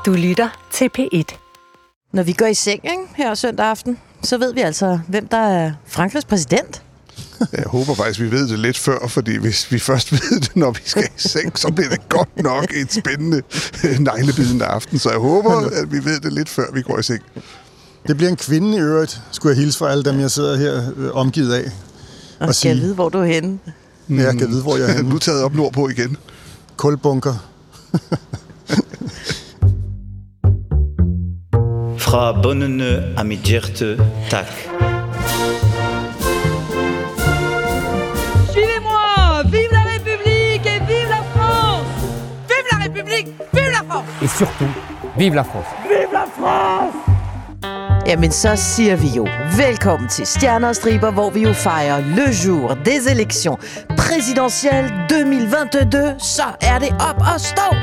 Du lytter til P1. Når vi går i seng her søndag aften, så ved vi altså, hvem der er Frankrigs præsident. Jeg håber faktisk, vi ved det lidt før, fordi hvis vi først ved det, når vi skal i seng, så bliver det godt nok et spændende neglebidende aften. Så jeg håber, at vi ved det lidt før, vi går i seng. Det bliver en kvinde i øvrigt, skulle jeg hilse fra alle dem, jeg sidder her omgivet af. Og skal jeg vide, hvor du er henne? Ja, jeg kan vide, hvor jeg er henne. Nu taget op nordpå igen. Kulbunker. Fra bondene à mit hjerte, tak. Suivez-moi! Vive la République et vive la France! Vive la République! Vive la France! Et surtout, vive la France! Vive la France! Jamen, så siger vi jo velkommen til Stjerner og Striber, hvor vi jo fejrer le jour des élections présidentielles 2022. Så er det op og stå!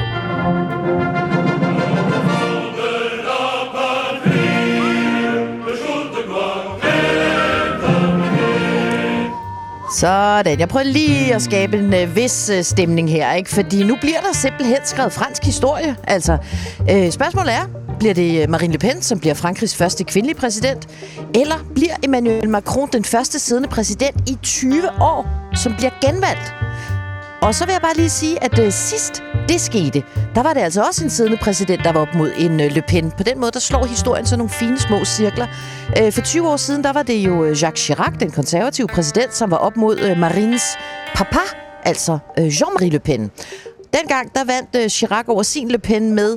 Sådan, jeg prøver lige at skabe en vis stemning her, ikke? Fordi nu bliver der simpelthen skrevet fransk historie. Altså, spørgsmålet er, bliver det Marine Le Pen, som bliver Frankrigs første kvindelige præsident? Eller bliver Emmanuel Macron den første siddende præsident i 20 år, som bliver genvalgt? Og så vil jeg bare lige sige, at sidst det skete, der var det altså også en siddende præsident, der var op mod en Le Pen. På den måde, der slår historien sådan nogle fine små cirkler. For 20 år siden, der var det jo Jacques Chirac, den konservative præsident, som var op mod Marines papa, altså Jean-Marie Le Pen. Dengang, der vandt Chirac over sin Le Pen med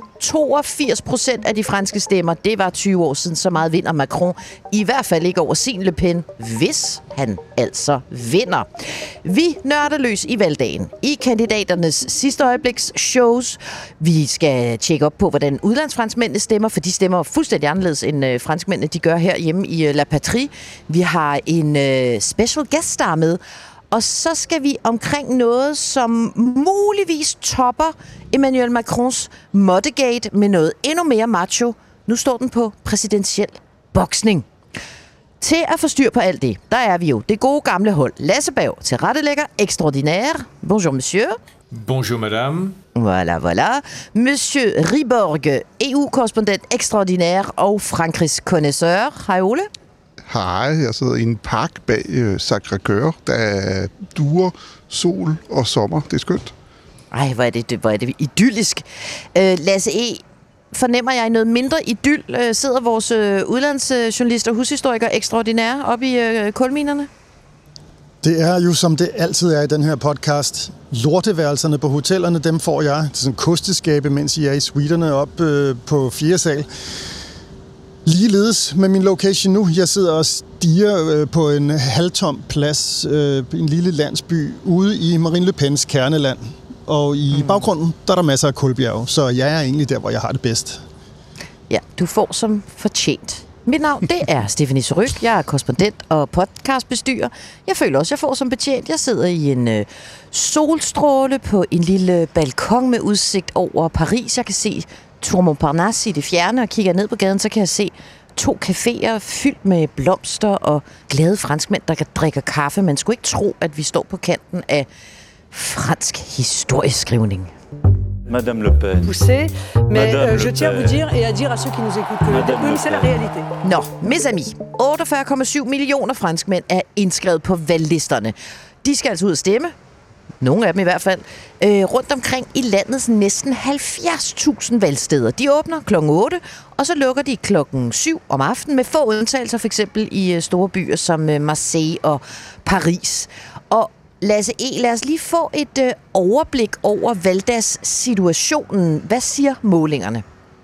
82% af de franske stemmer. Det var 20 år siden, så meget vinder Macron. I hvert fald ikke over sin Le Pen, hvis han altså vinder. Vi nørder løs i valgdagen. I kandidaternes sidste øjebliks shows. Vi skal tjekke op på, hvordan udlandsfranskmændene stemmer, for de stemmer fuldstændig anderledes end franskmændene, de gør herhjemme i La Patrie. Vi har en special guest star med. Og så skal vi omkring noget, som muligvis topper Emmanuel Macrons Moddegate med noget endnu mere macho. Nu står den på præsidentiel boksning. Til at få styr på alt det, der er vi jo det gode gamle hold. Lasse Berg, tilrettelægger extraordinaire. Bonjour, monsieur. Bonjour, madame. Voilà. Monsieur Riborg, EU-korrespondent extraordinaire og Frankrigs connaisseur. Hej, Ole. Hej, jeg sidder i en park bag Sacré-Cœur. Der er duer, sol og sommer. Det er skønt. Ej, hvor er det idyllisk. Lasse E., fornemmer jeg noget mindre idyll? Sidder vores udlandsjournalister og hushistorikere ekstraordinære oppe i kulminerne? Det er jo, som det altid er i den her podcast, lorteværelserne på hotellerne, dem får jeg til sådan kosteskabe, mens I er i suiterne op på 4. sal. Ligeledes med min location nu. Jeg sidder og stiger på en halvtom plads i en lille landsby ude i Marine Le Pens kerneland. Og i baggrunden, der er der masser af kulbjerge, så jeg er egentlig der, hvor jeg har det bedst. Ja, du får som fortjent. Mit navn, det er Stephanie Surrugue. Jeg er korrespondent og podcastbestyrer. Jeg føler også, jeg får som betjent. Jeg sidder i en solstråle på en lille balkon med udsigt over Paris. Jeg kan se Tour Montparnasse i det fjerne, og kigger ned på gaden, så kan jeg se 2 caféer fyldt med blomster og glade franskmænd, der kan drikke kaffe. Man skulle ikke tro, at vi står på kanten af fransk historieskrivning. Madame Le Pen. Poussé, mais Madame je tiens à vous dire et à dire à ceux qui nous écoutent que oui, c'est la réalité. Nå, mes amis. 48,7 millioner franskmænd er indskrevet på valglisterne. De skal altså ud at stemme. Nogle af dem i hvert fald. Rundt omkring i landets næsten 70.000 valgsteder. De åbner kl. 8, og så lukker de kl. 7 om aftenen, med få undtagelser, for eksempel i store byer som Marseille og Paris. Og Lasse E., lad os lige få et overblik over valgdagssituationen. Hvad siger målingerne?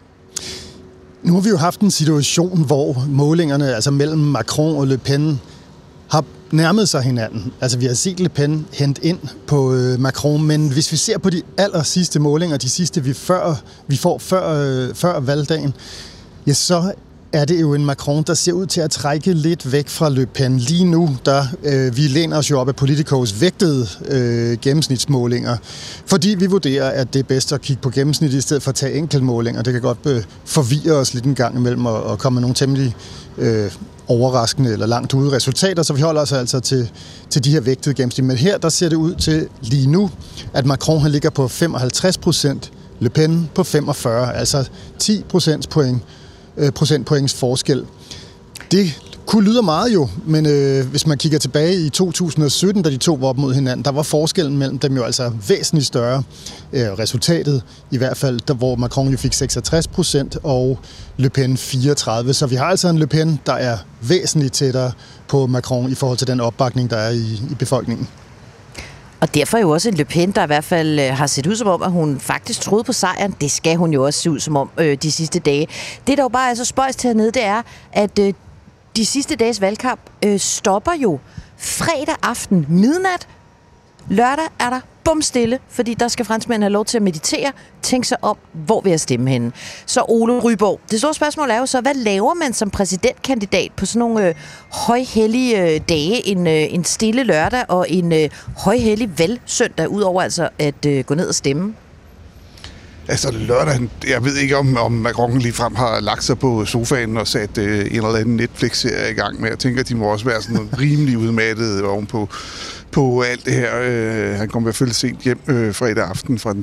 Nu har vi jo haft en situation, hvor målingerne, altså mellem Macron og Le Pen, har nærmet sig hinanden. Altså, vi har set Le Pen hente ind på Macron, men hvis vi ser på de aller sidste målinger, de sidste vi får før valgdagen, ja, så er det jo en Macron, der ser ud til at trække lidt væk fra Le Pen. Lige nu, vi læner os jo op af Politicos vægtede gennemsnitsmålinger, fordi vi vurderer, at det er bedst at kigge på gennemsnit i stedet for at tage enkeltmålinger. Det kan godt forvirre os lidt en gang imellem og komme med nogle temmelig overraskende eller langt ude resultater, så vi holder os altså til de her vægtede gennemsnit. Men her, der ser det ud til lige nu, at Macron han ligger på 55%, Le Pen på 45, altså 10 procentpoints forskel. Det kunne lyde meget jo, men hvis man kigger tilbage i 2017, da de to var op mod hinanden, der var forskellen mellem dem jo altså væsentligt større. Resultatet i hvert fald, der hvor Macron jo fik 66% og Le Pen 34%. Så vi har altså en Le Pen, der er væsentligt tættere på Macron i forhold til den opbakning, der er i befolkningen. Og derfor jo også en Le Pen, der i hvert fald har set ud som om, at hun faktisk troede på sejren. Det skal hun jo også se ud som om de sidste dage. Det, der jo bare er så spøjst hernede, det er, at de sidste dages valgkamp stopper jo fredag aften midnat. Lørdag er der bumstille, fordi der skal franskmændene have lov til at meditere, tænke sig om, hvor vil jeg stemme henne. Så Ole Ryborg, det store spørgsmål er jo så, hvad laver man som præsidentkandidat på sådan nogle højhellige dage, en stille lørdag og en højhellig valgsøndag, udover altså at gå ned og stemme? Altså lørdag, jeg ved ikke om Macron ligefrem har lagt sig på sofaen og sat en eller anden Netflix-serie i gang med. Jeg tænker, at de må også være sådan rimelig udmattet ovenpå alt det her. Han kom i hvert fald sent hjem fredag aften fra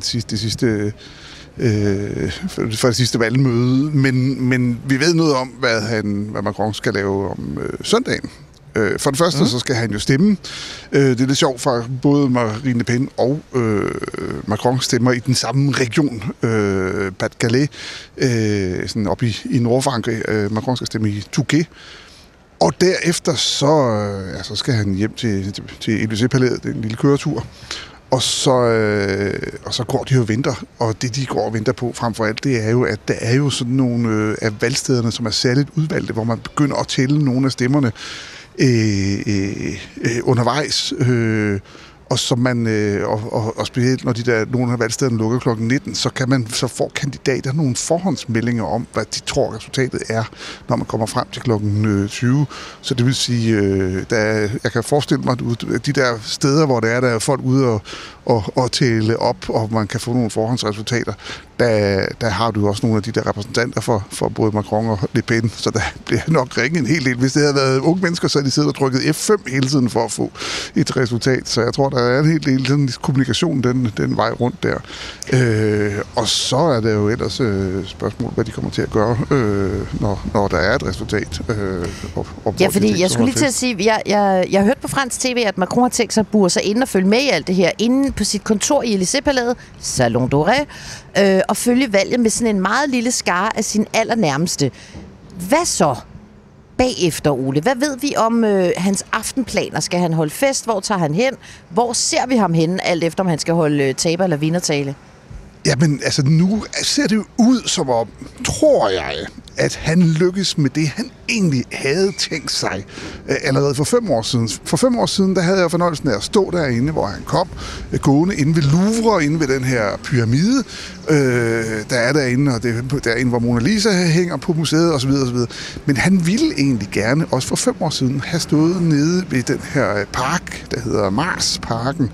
det sidste valgmøde. Men vi ved noget om, hvad Macron skal lave om søndagen. For det første, så skal han jo stemme. Det er lidt sjovt, for både Marine Le Pen og Macron stemmer i den samme region, Pas-de-Calais, sådan oppe i Nordfrankrig. Macron skal stemme i Touquet. Og derefter så skal han hjem til Élysée-palæet, det er en lille køretur. Og så går de jo og venter, og det de går og venter på frem for alt, det er jo, at der er jo sådan nogle af valgstederne, som er særligt udvalgte, hvor man begynder at tælle nogle af stemmerne undervejs, og som man og specielt når nogle af valgstederne lukker kl. 19, så får kandidater nogle forhåndsmeldinger om, hvad de tror resultatet er, når man kommer frem til kl. 20. Så det vil sige, jeg kan forestille mig, at de der steder, hvor der er folk ude og tælle op, og man kan få nogle forhåndsresultater, der har du også nogle af de der repræsentanter for både Macron og Le Pen, så der bliver nok ringet en hel del. Hvis det havde været unge mennesker, så havde de siddet og trykket F5 hele tiden for at få et resultat. Så jeg tror, der er en hel del sådan kommunikation den vej rundt der. Og så er det jo ellers spørgsmål, hvad de kommer til at gøre, når der er et resultat. Ja, fordi jeg skulle lige til at sige, jeg hørte på fransk tv, at Macron har tænkt sig at bure sig ind og følge med i alt det her, inde på sit kontor i Élysée-palæet, Salon Doré, og følge valget med sådan en meget lille skare af sin allernærmeste. Hvad så bagefter, Ole? Hvad ved vi om hans aftenplaner? Skal han holde fest? Hvor tager han hen? Hvor ser vi ham henne, alt efter om han skal holde taber- eller vindertale? Jamen, altså nu ser det jo ud som om, tror jeg, at han lykkes med det, han egentlig havde tænkt sig allerede for 5 år siden. For 5 år siden, der havde jeg fornøjelsen af at stå derinde, hvor han kom, gående inde ved Louvre, inde ved den her pyramide, der er derinde, og det er derinde, hvor Mona Lisa hænger på museet osv. osv. Men han ville egentlig gerne, også for 5 år siden, have stået nede ved den her park, der hedder Mars-parken,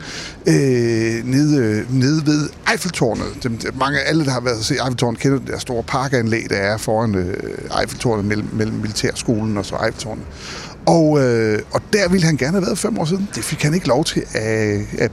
nede ved Eiffeltårnet. Alle, der har været at se Eiffeltårnet, kender det der store parkanlæg, der er foran Eiffeltårnet mellem militærskolen og så Eiffeltårnet. Og der ville han gerne have været 5 år siden. Det fik han ikke lov til af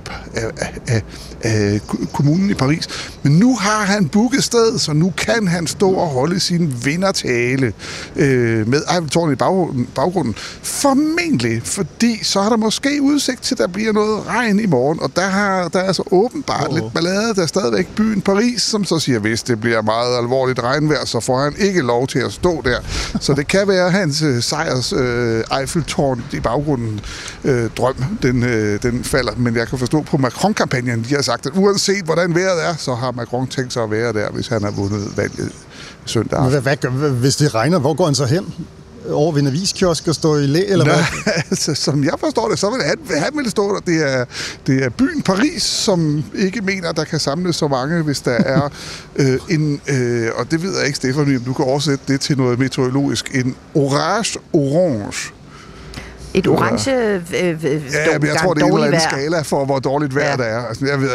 kommunen i Paris. Men nu har han booket sted, så nu kan han stå og holde sin vindertale med Eiffeltårnet i baggrunden. Formentlig, fordi så har der måske udsigt til, at der bliver noget regn i morgen. Og der er altså åbenbart lidt ballade. Der er stadigvæk byen Paris, som så siger, hvis det bliver meget alvorligt regnvejr, så får han ikke lov til at stå der. Så det kan være hans sejrs Eiffeltårn i baggrunden drøm, den falder. Men jeg kan forstå på Macron-kampagnen, de har sagt, at uanset hvordan vejret er, så har Macron tænkt sig at være der, hvis han har vundet valget søndag aften. Hvad gør, hvis det regner, hvor går han så hen? Over ved en aviskiosk og stå i læ, eller hvad? Altså, som jeg forstår det, så vil han ville stå der. Det er byen Paris, som ikke mener, at der kan samles så mange, hvis der er og det ved jeg ikke, Stefan, om du kan oversætte det til noget meteorologisk, en orange. Et orange jeg tror, det er en eller anden skala for, hvor dårligt vejr der er. Altså, jeg ved,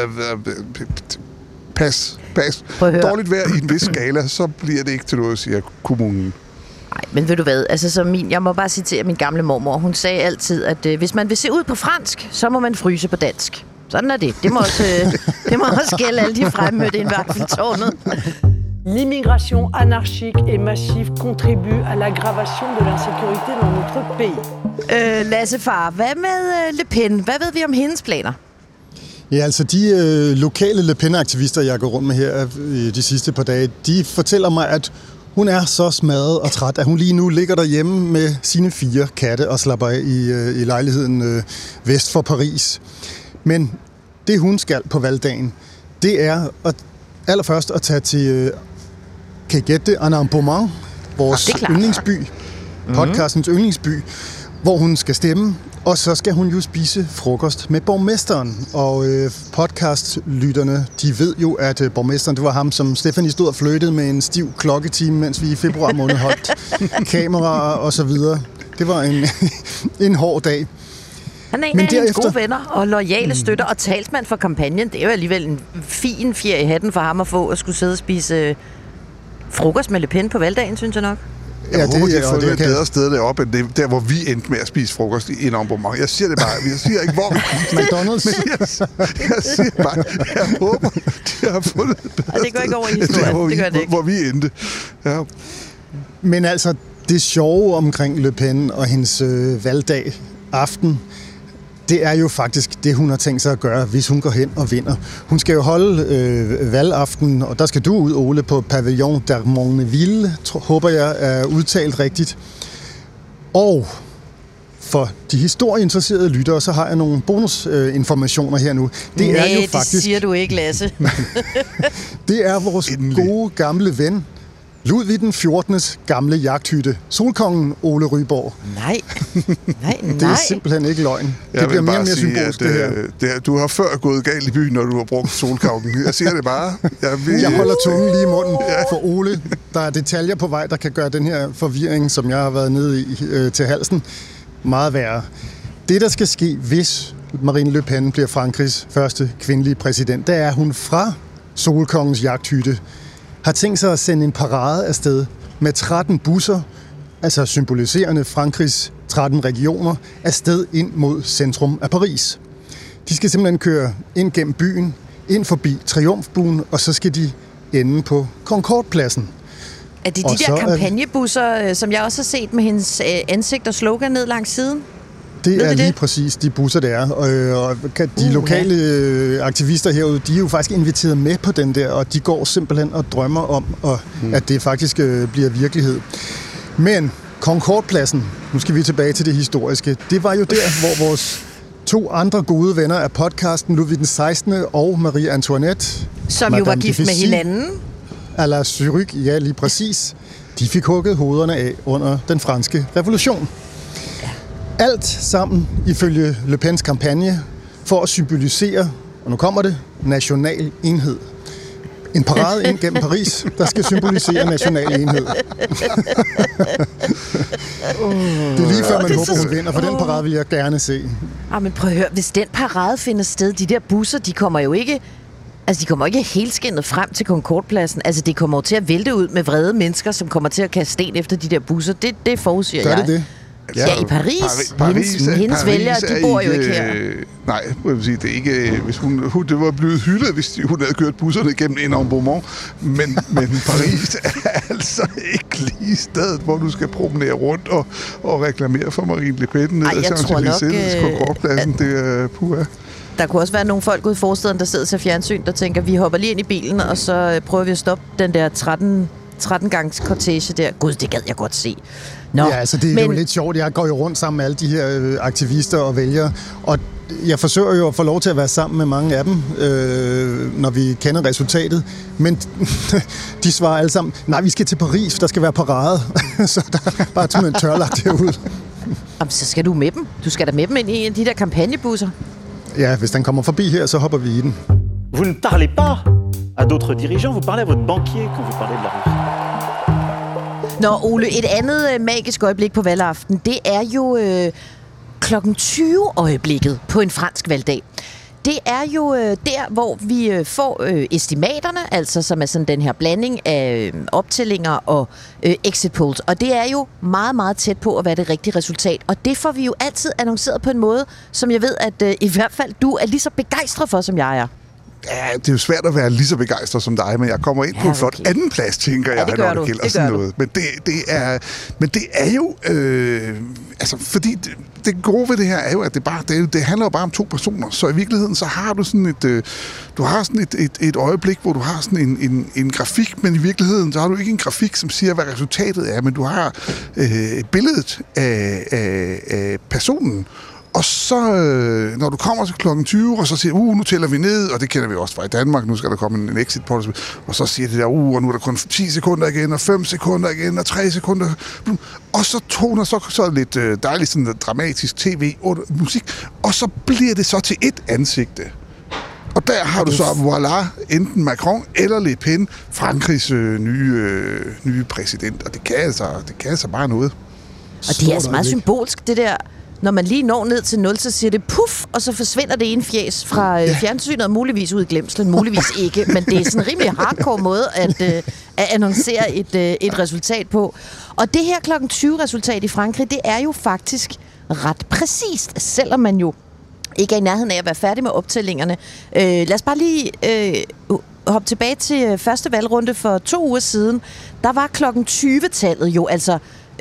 pas. Dårligt vejr i en vis skala, så bliver det ikke til noget, siger kommunen. Nej, men ved du hvad, altså jeg må bare citere min gamle mormor. Hun sagde altid, at hvis man vil se ud på fransk, så må man fryse på dansk. Sådan er det. Det må også gælde alle de fremmødte i Eiffeltårnet. L'immigration anarchique et massive contribue à l'aggravation de l'insécurité dans notre pays. Lasse Far, hvad med Le Pen? Hvad ved vi om hendes planer? Ja, altså de lokale Le Pen-aktivister, jeg går rundt med her de sidste par dage, de fortæller mig, at hun er så smadret og træt, at hun lige nu ligger derhjemme med sine 4 katte og slapper af i lejligheden vest for Paris. Men det hun skal på valgdagen, det er allerførst at tage til, kan I gætte det, Annam-Beaumont, vores yndlingsby, podcastens yndlingsby, hvor hun skal stemme. Og så skal hun jo spise frokost med borgmesteren. Og podcastlytterne, de ved jo, at borgmesteren, det var ham, som Stephanie stod og flirtede med en stiv klokketime, mens vi i februar måned holdt kameraer og så videre. Det var en hård dag. Han er en af hendes gode venner og loyale støtter og talsmand for kampagnen. Det er jo alligevel en fin fjer i hatten for ham at få at skulle sidde og spise frokost med Le Pen på valgdagen, synes jeg nok. Jeg håber, de har fundet et bedre sted deroppe, end det, der, hvor vi endte med at spise frokost i en Annam-Beaumont. Jeg siger det bare. Jeg siger ikke, hvor vi McDonald's. Jeg siger bare, jeg håber, de har fundet et bedre sted. Det går ikke over i historien. Det gør det ikke. Hvor vi endte. Ja. Men altså, det sjove omkring Le Pen og hendes valgdag aften, det er jo faktisk det, hun har tænkt sig at gøre, hvis hun går hen og vinder. Hun skal jo holde valgaften, og der skal du ud, Ole, på Pavillon d'Armenonville, håber jeg er udtalt rigtigt. Og for de historieinteresserede lyttere, så har jeg nogle bonusinformationer her nu. Det er jo faktisk, det siger du ikke, Lasse. Det er vores gode gamle ven, Ludvig den 14. gamle jagthytte. Solkongen Ole Ryborg. Nej. Det er simpelthen ikke løgn. Det bliver mere og mere symbolsk, det her. Du har før gået galt i byen, når du har brugt solkongen. Jeg siger det bare. Jeg holder tungen lige i munden for Ole. Der er detaljer på vej, der kan gøre den her forvirring, som jeg har været nede i til halsen, meget værre. Det, der skal ske, hvis Marine Le Pen bliver Frankrigs første kvindelige præsident, det er, at hun fra Solkongens jagthytte har tænkt sig at sende en parade afsted med 13 busser, altså symboliserende Frankrigs 13 regioner, afsted ind mod centrum af Paris. De skal simpelthen køre ind gennem byen, ind forbi Triumfbuen, og så skal de ende på Concordepladsen. Er det de der kampagnebusser, som jeg også har set med hendes ansigt og slogan ned langs siden? Det er lige præcis de busser, der er. Og de lokale aktivister herude, de er jo faktisk inviteret med på den der, og de går simpelthen og drømmer om, at det faktisk bliver virkelighed. Men Concordepladsen, nu skal vi tilbage til det historiske, det var jo der, hvor vores 2 andre gode venner af podcasten, Ludvig den 16. og Marie Antoinette, som jo var gift med hinanden. À la Zurich, ja, lige præcis. De fik hugget hovederne af under den franske revolution. Alt sammen ifølge Le Pens kampagne for at symbolisere, og nu kommer det, national enhed. En parade ind gennem Paris, der skal symbolisere national enhed. Det er lige før man håber, hun vinder, for den parade vil jeg gerne se. Men prøv at høre, hvis den parade finder sted, de der busser, de kommer jo ikke helskindet frem til Concordepladsen. Altså, det kommer jo til at vælte ud med vrede mennesker, som kommer til at kaste sten efter de der busser. Det forudsiger jeg. Gør det? Ja, i Paris. Hendes vælgere, de bor jo ikke her. Nej, jeg vil sige, det er ikke... Hvis det var blevet hyldet, hvis hun havde kørt busserne gennem en Annam-Beaumont. Men Paris er altså ikke lige stedet, hvor du skal promenere rundt og reklamere for Marine Le Pen. Jeg tror nok... Concordepladsen, det er puha. Der kunne også være nogle folk ude i forstaden, der sidder til fjernsyn, der tænker, vi hopper lige ind i bilen, og så prøver vi at stoppe den der 13-gangs kortege der. Gud, det gad jeg godt se. Nå, ja, altså det er jo lidt sjovt. Jeg går jo rundt sammen med alle de her aktivister og vælgere, og jeg forsøger jo at få lov til at være sammen med mange af dem, når vi kender resultatet. Men de svarer alle sammen, nej, vi skal til Paris, der skal være parade. Så der er bare sådan en tørlagt derud. Jamen, så skal du med dem. Du skal da med dem ind i de der kampagnebusser. Ja, hvis den kommer forbi her, så hopper vi i den. Vous ne parlez pas à d'autres dirigeants, vous parlez à votre banquier quand vous parlez de la Russie. Nå, Ole, et andet magisk øjeblik på valgaften, det er jo klokken 20-øjeblikket på en fransk valgdag. det er jo der, hvor vi får estimaterne, altså som er sådan den her blanding af optællinger og exit polls. Og det er jo meget, meget tæt på at være det rigtige resultat. Og det får vi jo altid annonceret på en måde, som jeg ved, at i hvert fald du er lige så begejstret for, som jeg er. Ja, det er jo svært at være lige så begejstret som dig, men jeg kommer ind på en flot anden plads, tænker jeg, når det gælder sådan noget. Men det er jo... altså, fordi det gode ved det her er jo, at det handler jo bare om to personer. Så i virkeligheden, så har du sådan et øjeblik, hvor du har sådan en grafik, men i virkeligheden, så har du ikke en grafik, som siger, hvad resultatet er, men du har billedet af personen. Og så, når du kommer til klokken 20, og så siger nu tæller vi ned, og det kender vi også fra i Danmark, nu skal der komme en exit policy, og så siger det der, og nu er der kun 10 sekunder igen, og 5 sekunder igen, og 3 sekunder. Og så toner så lidt dejligt sådan dramatisk tv, musik, og så bliver det så til et ansigte. Og der har du så, voilà, enten Macron eller Le Pen, Frankrigs nye præsident, og det kan altså bare noget. Og det er altså meget symbolsk, det der. Når man lige når ned til 0, så siger det puff, og så forsvinder det ene fjes fra fjernsynet, og muligvis ud i glemslen, muligvis ikke. Men det er sådan en rimelig hardcore måde at annoncere et resultat på. Og det her klokken 20-resultat i Frankrig, det er jo faktisk ret præcist, selvom man jo ikke er i nærheden af at være færdig med optællingerne. Lad os bare lige hoppe tilbage til første valgrunde for 2 uger siden. Der var klokken 20-tallet jo altså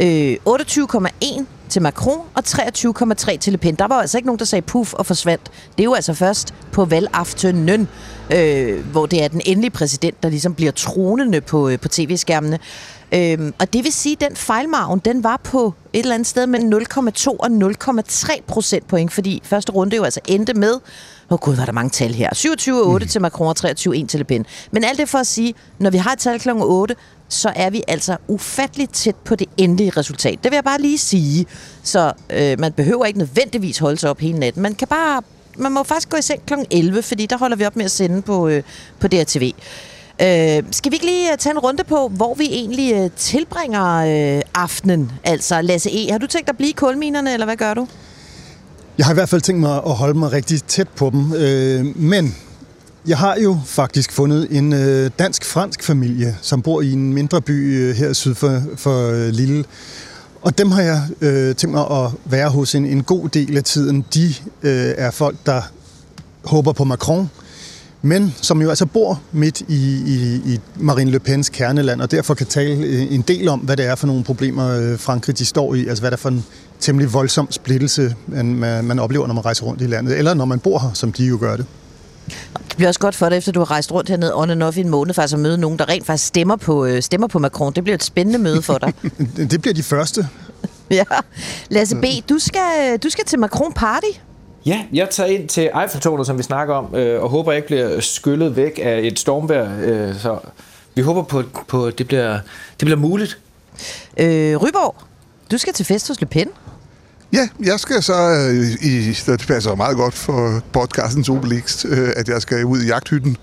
28,1 til Macron og 23,3 til Le Pen. Der var altså ikke nogen, der sagde puff og forsvandt. Det er jo altså først på valgaftenen, hvor det er den endelige præsident, der ligesom bliver tronende på tv-skærmene. Og det vil sige, at den fejlmargen, den var på et eller andet sted mellem 0,2 og 0,3 procentpoint, fordi første runde jo altså endte med, gud, var der mange tal her, 27,8 til Macron og 23,1 til Le Pen. Men alt det for at sige, når vi har et tal klokken 8, så er vi altså ufatteligt tæt på det endelige resultat. Det vil jeg bare lige sige. Så man behøver ikke nødvendigvis holde sig op hele natten. Man må faktisk gå i seng klokken 11, fordi der holder vi op med at sende på DRTV. Skal vi ikke lige tage en runde på, hvor vi egentlig tilbringer aftenen? Altså, Lasse E., har du tænkt at blive i kulminerne, eller hvad gør du? Jeg har i hvert fald tænkt mig at holde mig rigtig tæt på dem, men jeg har jo faktisk fundet en dansk-fransk familie, som bor i en mindre by her syd for Lille. Og dem har jeg tænkt mig at være hos en god del af tiden. De er folk, der håber på Macron, men som jo altså bor midt i Marine Le Pens kerneland, og derfor kan tale en del om, hvad det er for nogle problemer, Frankrig de står i. Altså hvad det er for en temmelig voldsom splittelse, man oplever, når man rejser rundt i landet, eller når man bor her, som de jo gør det. Det bliver også godt for dig, efter du har rejst rundt hernede on and off i en måned, faktisk at møde nogen, der rent faktisk stemmer på Macron. Det bliver et spændende møde for dig. Det bliver de første. Ja. Lasse B., du skal til Macron Party. Ja, jeg tager ind til Eiffeltårnet, som vi snakker om, og håber jeg ikke bliver skyllet væk af et stormvejr. Så vi håber på at det bliver muligt. Ryborg, du skal til fest hos Le Pen. Ja, jeg skal så, det passer meget godt for podcastens Obelix, at jeg skal ud i jagthytten.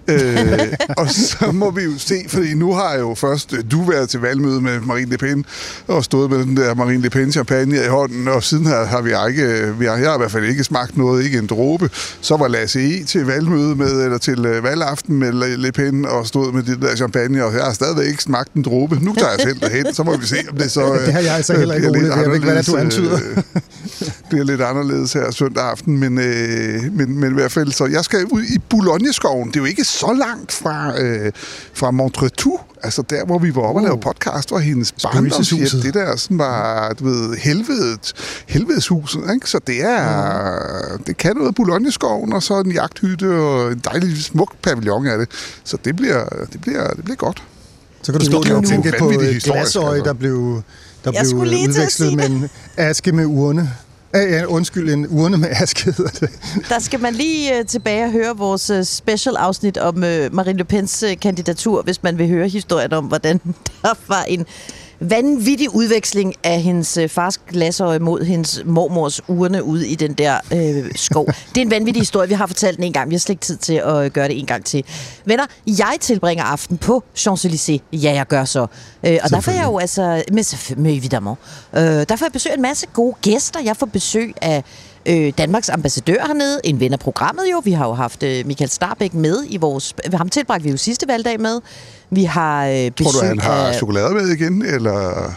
Og så må vi jo se, fordi nu har jeg jo først været til valgmøde med Marine Le Pen, og stået med den der Marine Le Pen champagne i hånden, og siden har jeg har i hvert fald ikke smagt noget, ikke en dråbe. Så var Lasse E. til valgmøde eller til valgaften med Le Pen, og stod med det der champagne, og jeg har stadigvæk ikke smagt en dråbe. Nu tager jeg selv derhen, så må vi se, om det så... Det har jeg altså heller ikke, Ole. Jeg ved ikke, hvad du antyder. Det bliver lidt anderledes her søndag aften, men i hvert fald så. Jeg skal ud i Boulogne-skoven. Det er jo ikke så langt fra Montretout. Altså der, hvor vi var oppe og lavede podcast, hvor hendes barndomshjem, det der sådan var, du ved, helvedeshuset, ikke? Så det kan noget Boulogne-skoven, og så en jagthytte og en dejlig smuk pavillon af det. Så det bliver godt. Så kan du stå og tænke på et glasøje, der blev udvekslet med en aske med urne. En urne med aske hedder det. Der skal man lige tilbage og høre vores special afsnit om Marine Le Pens kandidatur, hvis man vil høre historien om, hvordan der var en vanvittig udveksling af hendes fars glasøje mod hendes mormors urne ude i den der skov. Det er en vanvittig historie. Vi har fortalt den en gang. Vi har slet ikke tid til at gøre det en gang til. Venner, jeg tilbringer aften på Champs-Élysées. Ja, jeg gør så. Og der får jeg jo altså... Med évidemment. Der får jeg besøg af en masse gode gæster. Jeg får besøg af Danmarks ambassadør hernede, en ven af programmet jo. Vi har jo haft Michael Starbæk med i vores... Ham tilbragte vi jo sidste valgdag med. Vi har besøg. Tror du, han har chokolade med igen, eller...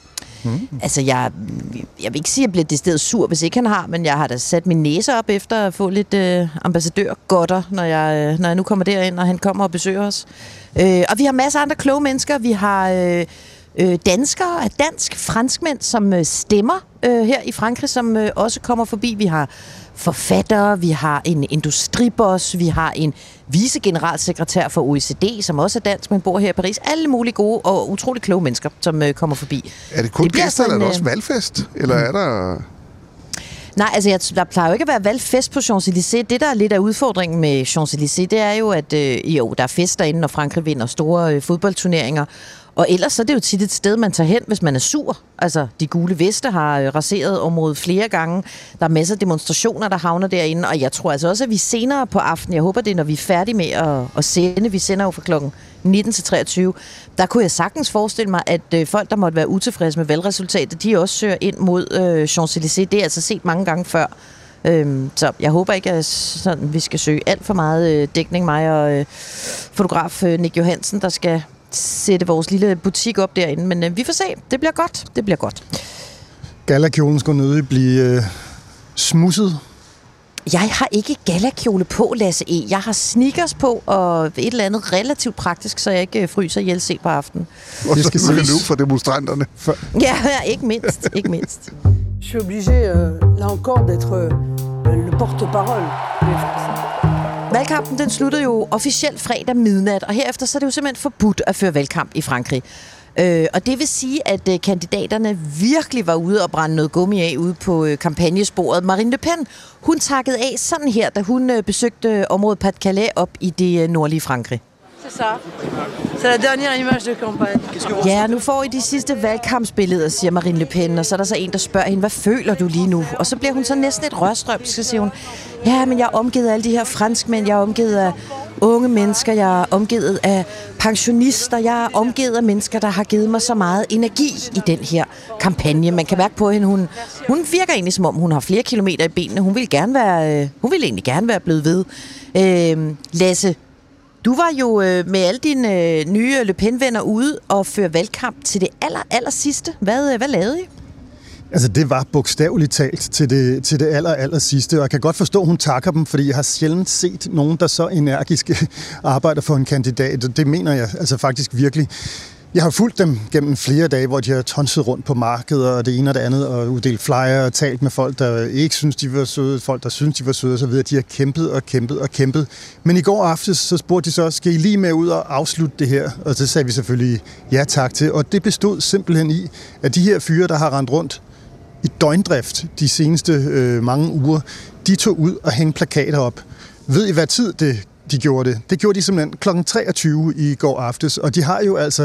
Altså, jeg vil ikke sige, at jeg bliver decideret sur, hvis ikke han har, men jeg har da sat min næse op efter at få lidt ambassadørgodter, når jeg nu kommer derind, og han kommer og besøger os. Og vi har masser af andre kloge mennesker. Vi har danskere, franskmænd, som stemmer her i Frankrig, som også kommer forbi. Vi har forfattere, vi har en industriboss, vi har en vicegeneralsekretær for OECD, som også er dansk, men bor her i Paris. Alle mulige gode og utrolig kloge mennesker, som kommer forbi. Er det kun gæster, eller er det også valgfest? Eller er der... Nej, altså der plejer jo ikke at være valgfest på Champs-Élysées. Det, der er lidt af udfordringen med Champs-Élysées, det er jo, at der er fest derinde, når Frankrig vinder store fodboldturneringer. Og ellers så er det jo tit et sted, man tager hen, hvis man er sur. Altså, de gule veste har raseret området flere gange. Der er masser af demonstrationer, der havner derinde. Og jeg tror altså også, at vi senere på aftenen, jeg håber det er, når vi er færdige med at sende, vi sender jo fra klokken 19 til 23, der kunne jeg sagtens forestille mig, at folk, der måtte være utilfredse med valgresultatet, de også søger ind mod Champs-Élysées. Det er altså set mange gange før. Så jeg håber ikke, at sådan, vi skal søge alt for meget dækning, mig og fotograf Nick Johansen, der skal sætte vores lille butik op derinde. Men vi får se. Det bliver godt. Det bliver godt. Gallakjolen skulle nødig blive smudset. Jeg har ikke gallakjole på, Lasse E. Jeg har sneakers på, og et eller andet relativt praktisk, så jeg ikke fryser ihjel sent på aftenen. Og det skal se nu for demonstranterne. Ja, ikke mindst. Je suis obligé, là encore, d'être le porte-parole des Français. Valgkampen, den sluttede jo officielt fredag midnat, og herefter så er det jo simpelthen forbudt at føre valgkamp i Frankrig. Og det vil sige, at kandidaterne virkelig var ude og brænde noget gummi af ude på kampagnesporet. Marine Le Pen, hun takkede af sådan her, da hun besøgte området Pas-de-Calais op i det nordlige Frankrig. C'est ça. C'est la dernière image de campagne. Ja, nu får I de sidste valgkampsbilleder, siger Marine Le Pen, og så er der så en, der spørger hende, hvad føler du lige nu? Og så bliver hun så næsten et rørstrømsk, så siger hun, ja, men jeg er omgivet af alle de her franskmænd, jeg er omgivet af unge mennesker, jeg er omgivet af pensionister, jeg er omgivet af mennesker, der har givet mig så meget energi i den her kampagne. Man kan mærke på hende, hun virker egentlig som om, hun har flere kilometer i benene. Hun vil egentlig gerne være blevet ved. Lasse, du var jo med alle dine nye Le Pen-venner ude og føre valgkamp til det aller sidste. Hvad lavede I? Altså, det var bogstaveligt talt til det aller sidste, og jeg kan godt forstå, at hun takker dem, fordi jeg har sjældent set nogen, der så energisk arbejder for en kandidat. Det mener jeg altså faktisk virkelig. Jeg har fulgt dem gennem flere dage, hvor de har tonset rundt på markedet og det ene og det andet, og uddelt flyer og talt med folk, der ikke synes, de var søde, folk, der synes, de var søde osv. De har kæmpet. Men i går aftes, så spurgte de så, skal I lige med ud og afslutte det her? Og så sagde vi selvfølgelig ja tak til, og det bestod simpelthen i, at de her fyre, der har rendt rundt i døgndrift de seneste mange uger, de tog ud og hængte plakater op. Ved I, hvad tid de gjorde det? Det gjorde de simpelthen kl. 23 i går aftes, og de har jo altså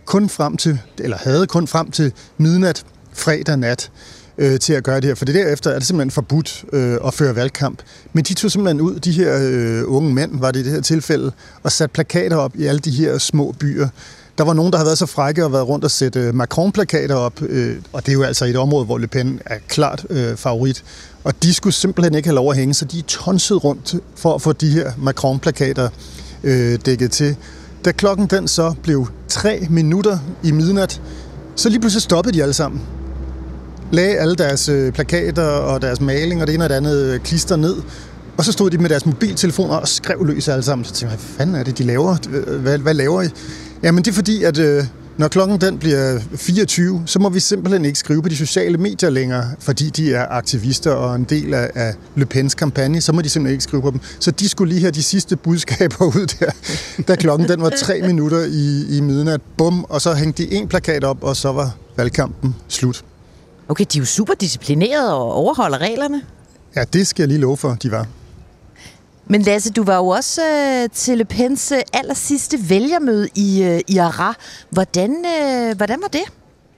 havde kun frem til midnat fredag nat til at gøre det her, for det derefter er det simpelthen forbudt at føre valgkamp. Men de tog simpelthen ud, de her unge mænd, var det i det her tilfælde, og satte plakater op i alle de her små byer. Der var nogen, der havde været så frække og været rundt og sætte Macron-plakater op, og det er jo altså et område, hvor Le Pen er klart favorit. Og de skulle simpelthen ikke have lov at hænge, så de er tonset rundt for at få de her Macron-plakater dækket til. Da klokken den så blev 3 minutter i midnat, så lige pludselig stoppede de alle sammen. Lagde alle deres plakater og deres maling og det ene og det andet klister ned, og så stod de med deres mobiltelefoner og skrev løs alle sammen. Så tænkte jeg, hvad fanden er det, de laver? Hvad laver I? Jamen det er fordi, at når klokken den bliver 24, så må vi simpelthen ikke skrive på de sociale medier længere, fordi de er aktivister og en del af Le Pens kampagne, så må de simpelthen ikke skrive på dem. Så de skulle lige have de sidste budskaber ud der, da klokken den var 3 minutter i midnat. Bum, og så hængte de en plakat op, og så var valgkampen slut. Okay, de er jo super disciplinerede og overholder reglerne. Ja, det skal jeg lige love for, de var. Men Lasse, du var jo også til Le Pens allersidste vælgermøde i Arras. Hvordan var det?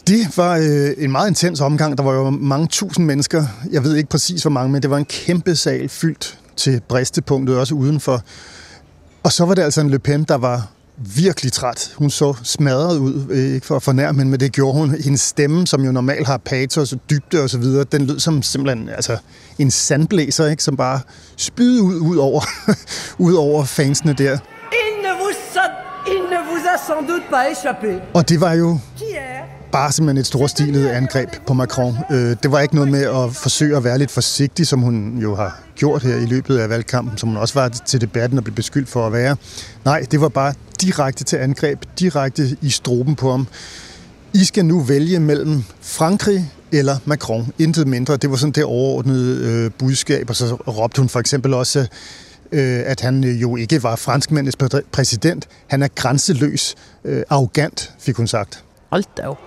Det var en meget intens omgang. Der var jo mange tusind mennesker. Jeg ved ikke præcis, hvor mange, men det var en kæmpe sal fyldt til bristepunktet, også udenfor. Og så var det altså en Le Pen, der var virkelig træt. Hun så smadret ud, ikke for at fornærme hende, men det gjorde hun. Hendes stemme, som jo normalt har patos og dybde og så videre, den lød som simpelthen en sandblæser, ikke, som bare spydede ud over fansene der. Il ne vous a sans doute pas échappé. Og det var jo bare simpelthen et storstilet angreb på Macron. Det var ikke noget med at forsøge at være lidt forsigtig, som hun jo har gjort her i løbet af valgkampen, som hun også var til debatten og blev beskyldt for at være. Nej, det var bare direkte til angreb, direkte i struben på ham. I skal nu vælge mellem Frankrig eller Macron. Intet mindre. Det var sådan det overordnede budskab, og så råbte hun for eksempel også, at han jo ikke var franskmændenes præsident. Han er grænseløs, arrogant, fik hun sagt. Hold da op.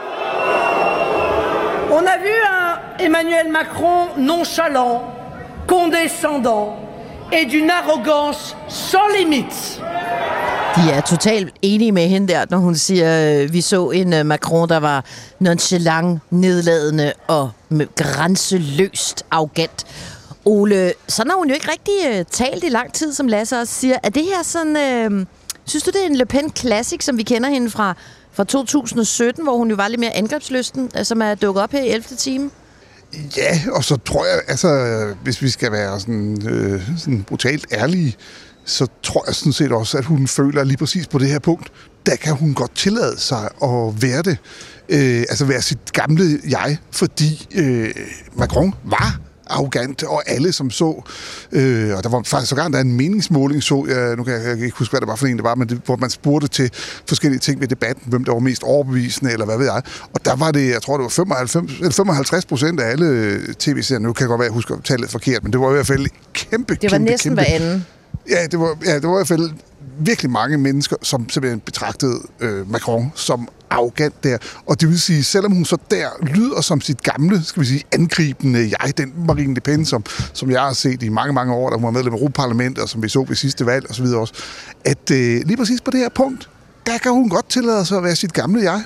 On a vu un Emmanuel Macron nonchalant, condescendant et d'une arrogance sans limite. De er totalt enige med hende der, når hun siger, vi så en Macron, der var nonchalant, nedladende og grænseløst arrogant. Ole, sådan har hun jo ikke rigtig talt i lang tid, som Lasse også siger. Er det her sådan... synes du, det er en Le Pen Classic, som vi kender hende fra 2017, hvor hun jo var lidt mere angrebslysten, som er dukket op her i 11. time? Ja, og så tror jeg, hvis vi skal være sådan brutalt ærlige, så tror jeg sådan set også, at hun føler lige præcis på det her punkt, der kan hun godt tillade sig at være det. Være sit gamle jeg, fordi Macron var arrogant, og alle som så, og der var faktisk sågar der en meningsmåling, nu kan jeg ikke huske, hvad det var for en, det var, men hvor man spurgte til forskellige ting ved debatten, hvem der var mest overbevisende, eller hvad ved jeg, og der var det, jeg tror, det var 55% af alle tv-serier, nu kan jeg godt være, jeg husker tallet forkert, men det var i hvert fald kæmpe. Det var næsten hver anden. Ja, det var i hvert fald virkelig mange mennesker, som simpelthen betragtede Macron som arrogant der. Og det vil sige, selvom hun så der lyder som sit gamle, skal vi sige, angribende jeg, den Marine Le Pen, som jeg har set i mange, mange år, der hun var medlem af Europaparlamentet, og som vi så ved sidste valg og så videre også, at lige præcis på det her punkt, der kan hun godt tillade sig at være sit gamle jeg,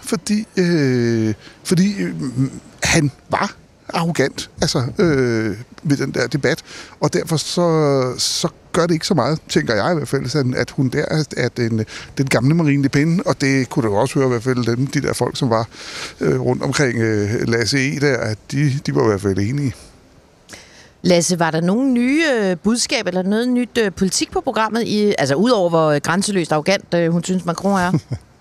fordi han var arrogant, ved den der debat, og derfor så gør det ikke så meget, tænker jeg i hvert fald, sådan, at hun der er den gamle Marine Le Pen, og det kunne du også høre i hvert fald de der folk, som var rundt omkring Lasse E. der, at de var i hvert fald enige. Lasse, var der nogle nye budskab eller noget nyt politik på programmet, udover hvor grænseløst arrogant hun synes Macron er?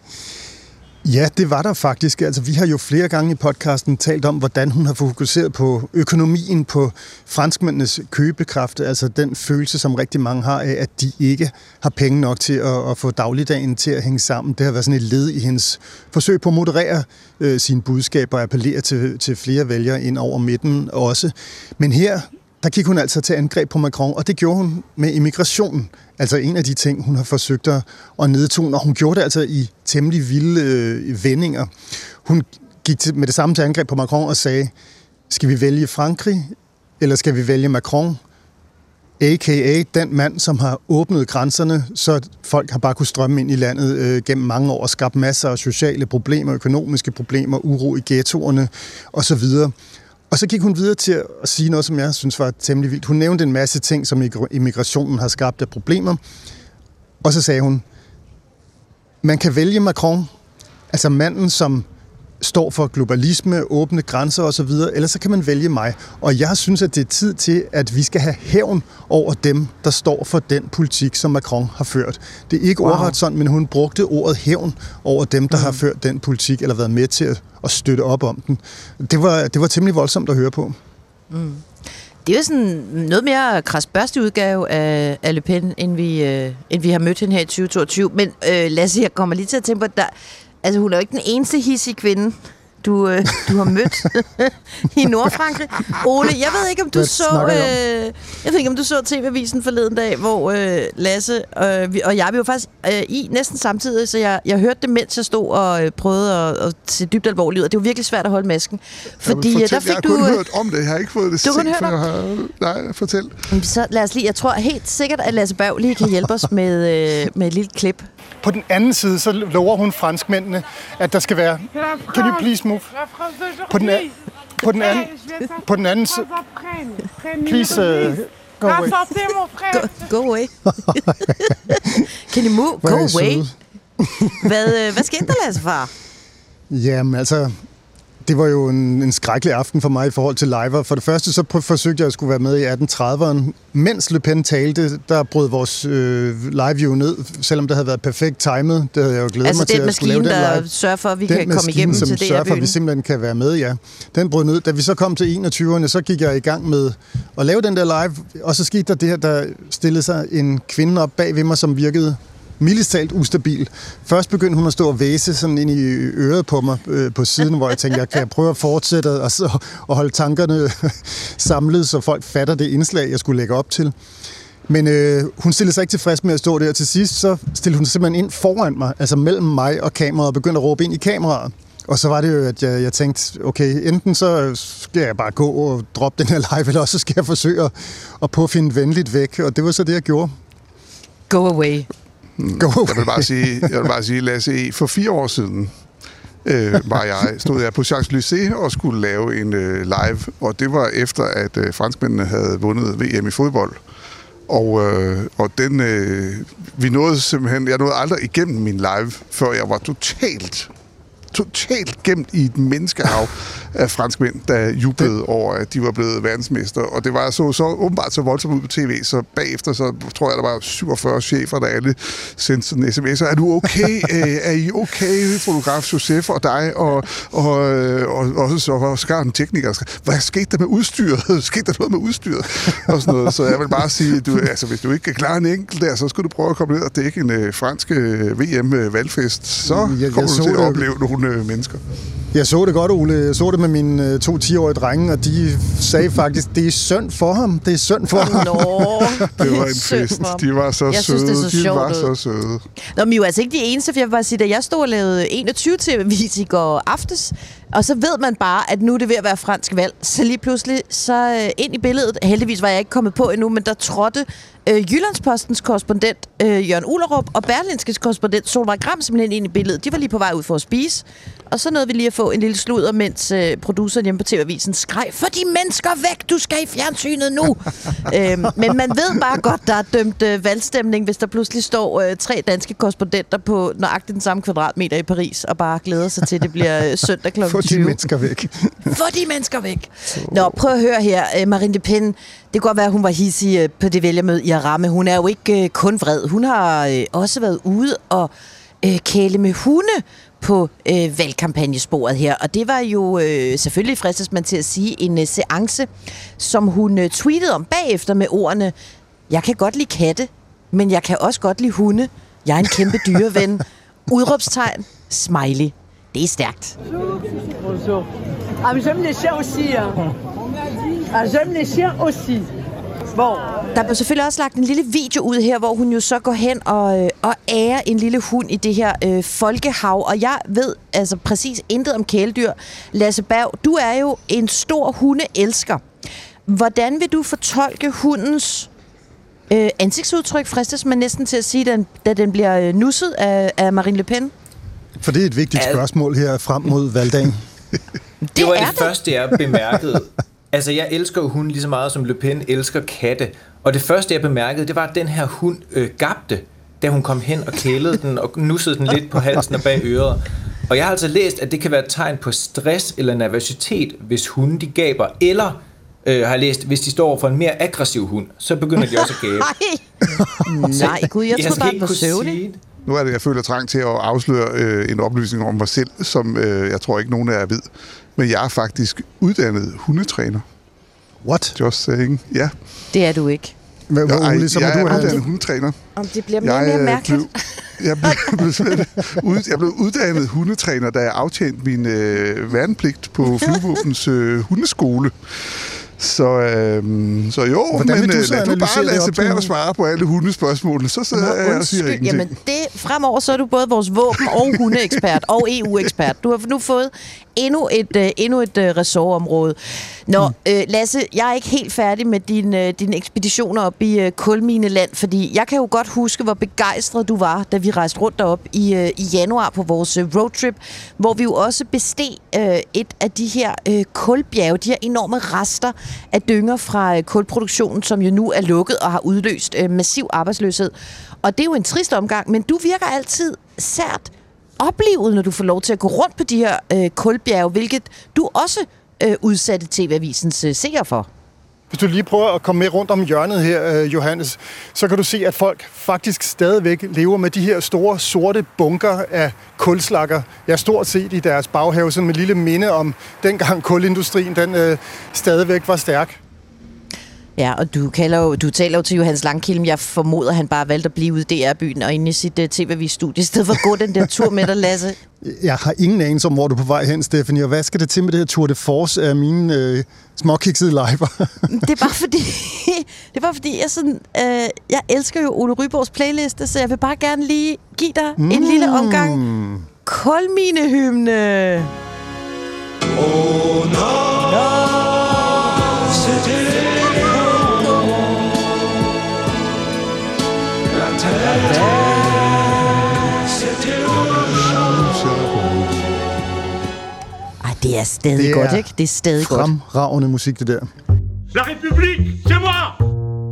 Ja, det var der faktisk. Altså, vi har jo flere gange i podcasten talt om, hvordan hun har fokuseret på økonomien, på franskmændenes købekraft, altså den følelse, som rigtig mange har af, at de ikke har penge nok til at få dagligdagen til at hænge sammen. Det har været sådan et led i hendes forsøg på at moderere sine budskaber og appellere til flere vælgere ind over midten også. Men her, der gik hun altså til angreb på Macron, og det gjorde hun med immigration. Altså en af de ting, hun har forsøgt at nedtone, og hun gjorde det altså i temmelig vilde vendinger. Hun gik med det samme til angreb på Macron og sagde, skal vi vælge Frankrig, eller skal vi vælge Macron? A.k.a. den mand, som har åbnet grænserne, så folk har bare kunnet strømme ind i landet gennem mange år og skabt masser af sociale problemer, økonomiske problemer, uro i ghettoerne osv. Og så gik hun videre til at sige noget, som jeg synes var temmelig vildt. Hun nævnte en masse ting, som immigrationen har skabt af problemer. Og så sagde hun, man kan vælge Macron, altså manden, som står for globalisme, åbne grænser osv., eller så kan man vælge mig. Og jeg synes, at det er tid til, at vi skal have hævn over dem, der står for den politik, som Macron har ført. Det er ikke ordret sådan, men hun brugte ordet hævn over dem, der har ført den politik, eller været med til at støtte op om den. Det var temmelig voldsomt at høre på. Mm. Det er jo sådan noget mere krasbørstig udgave af Le Pen, end vi har mødt hende her i 2022. Men Lasse, jeg kommer lige til at tænke på, at hun er jo ikke den eneste hissige kvinde, du har mødt i Nordfrankrig. Ole, jeg ved ikke, om du så TV-avisen forleden dag, hvor Lasse og jeg var faktisk i næsten samtidig, så jeg hørte det, mens jeg stod og prøvede at se dybt alvorligt ud, og det var virkelig svært at holde masken. Fordi der fik jeg har kun hørt om det, jeg har ikke fået det set, nej, fortæl. Så lad os lige, jeg tror helt sikkert, at Lasse Berg lige kan hjælpe os med et lille klip. På den anden side, så lover hun franskmændene, at der skal være... Can you please move? På den anden side. Please, go away. Go away. Can you move? Go away. Hvad skete der, Lasse, far? Jamen altså, det var jo en skrækkelig aften for mig i forhold til live. For det første så forsøgte jeg at skulle være med i 1830'erne. Mens Le Pen talte, der brød vores live jo ned, selvom det havde været perfekt timet. Det havde jeg jo glædet mig til at skulle lave den live. Altså den maskine, der sørger for, at vi kan komme igennem til DR-byen. Den maskine, som sørger for, at vi simpelthen kan være med, ja. Den brød ned. Da vi så kom til 21'erne, så gik jeg i gang med at lave den der live. Og så skete der det her, der stillede sig en kvinde op bag ved mig, som virkede mildest talt ustabil. Først begyndte hun at stå og væse sådan ind i øret på mig på siden, hvor jeg tænkte, jeg kan prøve at fortsætte og holde tankerne samlet, så folk fatter det indslag, jeg skulle lægge op til. Men hun stillede sig ikke tilfreds med at stå der. Til sidst så stillede hun simpelthen ind foran mig, altså mellem mig og kameraet, og begyndte at råbe ind i kameraet. Og så var det jo, at jeg tænkte, okay, enten så skal jeg bare gå og droppe den her live, eller også skal jeg forsøge at påfinde venligt væk. Og det var så det, jeg gjorde. Go away. Jeg vil bare sige, Lasse E., for 4 år siden stod jeg på Champs-Élysées og skulle lave en live, og det var efter, at franskmændene havde vundet VM i fodbold. Og den, jeg nåede aldrig igennem min live, før jeg var totalt gemt i et menneskehav af franskmænd, der jublede over, at de var blevet verdensmester. Og det var så åbenbart så voldsomt ud på tv, så bagefter, så tror jeg, der var 47 chefer, der alle sendte sådan sms'er. Er du okay? Er I okay, fotograf Josef og dig? Og så skar en tekniker. Hvad skete der med udstyret? Skete der noget med udstyret? Og sådan noget. Så jeg vil bare sige, hvis du ikke kan klare en enkelt der, så skal du prøve at komme ned og dække en fransk VM-valgfest. Så kommer du til at opleve nogle mennesker. Jeg så det godt, Ole. Jeg så det med mine 2 10-årige drenge, og de sagde faktisk, det er synd for ham. Det er synd for ham. Det var en fest. De var så søde. Nå, men I er jo altså ikke de eneste, for jeg vil bare sige, da jeg stod og lavede 21 TV-vis i går aftes, og så ved man bare, at nu er det ved at være fransk valg. Så lige pludselig, så ind i billedet, heldigvis var jeg ikke kommet på endnu, men der trådte Jyllandspostens korrespondent Jørgen Uhlerup og Berlingskes korrespondent Solvej Gram simpelthen ind i billedet. De var lige på vej ud for at spise, og så nåede vi lige at få en lille sludder, mens produceren hjemme på TV-avisen skreg, få de mennesker væk, du skal i fjernsynet nu! Men man ved bare godt, der er dømt valgstemning, hvis der pludselig står 3 danske korrespondenter på nøjagtigt den samme kvadratmeter i Paris, og bare glæder sig til, at det bliver søndag kl. 20. Få de mennesker væk. Få de mennesker væk! Nå, prøv at høre her, Marine Le Pen. Det kan godt være, at hun var hidsig på det vælgermøde i Arame. Hun er jo ikke kun vred. Hun har også været ude og kæle med hunde på valgkampagnesporet her. Og det var jo selvfølgelig, fristes man til at sige, en seance, som hun tweetede om bagefter med ordene, jeg kan godt lide katte, men jeg kan også godt lide hunde. Jeg er en kæmpe dyreven. Udråbstegn. Smiley. Det er stærkt. J'aime les chiens aussi. J'aime les chiens aussi. Der blev selvfølgelig også lagt en lille video ud her, hvor hun jo så går hen og ærer en lille hund i det her folkehav. Og jeg ved altså præcis intet om kæledyr. Lasse Berg, du er jo en stor hundeelsker. Hvordan vil du fortolke hundens ansigtsudtryk, fristes man næsten til at sige, da den bliver nusset af Marine Le Pen? For det er et vigtigt spørgsmål her frem mod valgdagen. Det var det første, jeg bemærkede. Altså, jeg elsker jo hunden lige så meget, som Le Pen elsker katte. Og det første, jeg bemærkede, det var, at den her hund gabte, da hun kom hen og kælede den og nussede den lidt på halsen og bag øret. Og jeg har altså læst, at det kan være et tegn på stress eller nervøsitet, hvis hunden de gaber. Eller, har jeg læst, hvis de står over for en mere aggressiv hund, så begynder de også at gabe. Nej, gud, jeg tror bare, det var søvnig. Nu er det, jeg føler trang til at afsløre en oplysning om mig selv, som jeg tror ikke nogen af jer ved. Men jeg er faktisk uddannet hundetræner. What? Just saying, ja. Yeah. Det er du ikke. Jeg er uddannet hundetræner. Om det bliver mere og mere mærkeligt. Jeg blev uddannet hundetræner, da jeg aftjente min værnepligt på Flyvevåbens hundeskole. Så jo, hvordan men lad du bare lade Sebastian svare på alle hundespørgsmålene, så sidder jeg og siger ingenting. Jamen, fremover så er du både vores våben- og hundeekspert og EU-ekspert. Du har nu fået endnu et ressortområde. Nå, Lasse, jeg er ikke helt færdig med dine ekspeditioner op i kulmineland, fordi jeg kan jo godt huske, hvor begejstret du var, da vi rejste rundt derop i januar på vores roadtrip, hvor vi jo også besteg et af de her kulbjerge, de her enorme rester af dynger fra kulproduktionen, som jo nu er lukket og har udløst massiv arbejdsløshed. Og det er jo en trist omgang, men du virker altid sært oplivet, når du får lov til at gå rundt på de her kulbjerge, hvilket du også udsatte TV-avisens seere for. Hvis du lige prøver at komme med rundt om hjørnet her, Johannes, så kan du se, at folk faktisk stadigvæk lever med de her store, sorte bunker af kulslakker. Ja, stort set i deres baghave, sådan med lille minde om dengang kulindustrien, den stadigvæk var stærk. Ja, og du taler jo til Johannes Langkilm. Jeg formoder, han bare valgte at blive ude i DR-byen og inde i sit TV-studie, i stedet for at gå den der tur med dig, Lasse. Jeg har ingen anelse om, hvor du er på vej hen, Stephanie, og hvad skal det til med det her Tour de Force af mine småkiksede liver? Det er bare fordi jeg sådan, jeg elsker jo Ole Ryborgs playliste, så jeg vil bare gerne lige give dig en lille omgang kulminehymne. Oh, no. Det er stadig godt, ikke? Det er stadig godt. Fremragende musik, det der. La République, c'est moi!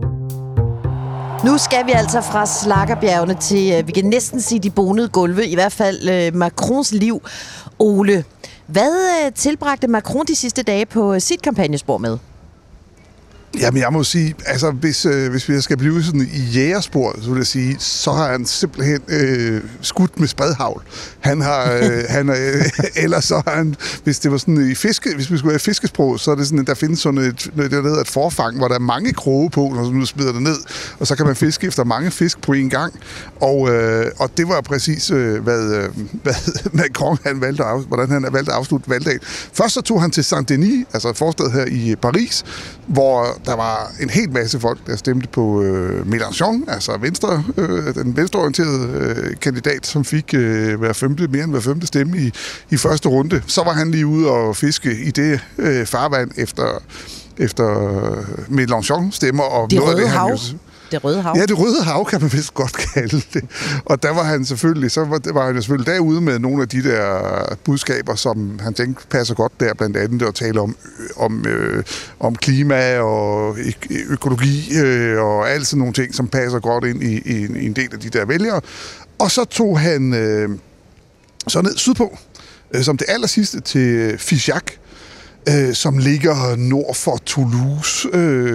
Nu skal vi altså fra slakkerbjergene til, vi kan næsten sige de bonede gulve, i hvert fald Macrons liv. Ole, hvad tilbragte Macron de sidste dage på sit kampagnespor med? Jamen, jeg må sige, altså, hvis vi skal blive sådan i jægersporet, så vil jeg sige, så har han simpelthen skudt med spredhavl. Han har, ellers så har han, hvis det var sådan hvis vi skulle have fiskesprog, så er det sådan, der findes sådan der hedder et forfang, hvor der er mange kroge på, når du smider det ned, og så kan man fiske efter mange fisk på en gang. Og det var præcis, hvad Macron hvordan han valgte at afslutte valgdagen. Først så tog han til Saint-Denis, altså et forstad her i Paris, hvor der var en hel masse folk, der stemte på Mélenchon, altså den venstreorienterede kandidat, som fik mere end hver femte stemme i første runde. Så var han lige ude og fiske i det farvand efter Mélenchon stemmer. Og det noget røde af det, hav. Det røde hav? Ja, det røde hav kan man vist godt kalde det. Og der var han selvfølgelig, derude med nogle af de der budskaber, som han tænkte passer godt der, blandt andet at tale om klima og økologi og alt sådan nogle ting, som passer godt ind i en del af de der vælgere. Og så tog han så ned sydpå, som det allersidste til Figeac, som ligger nord for Toulouse.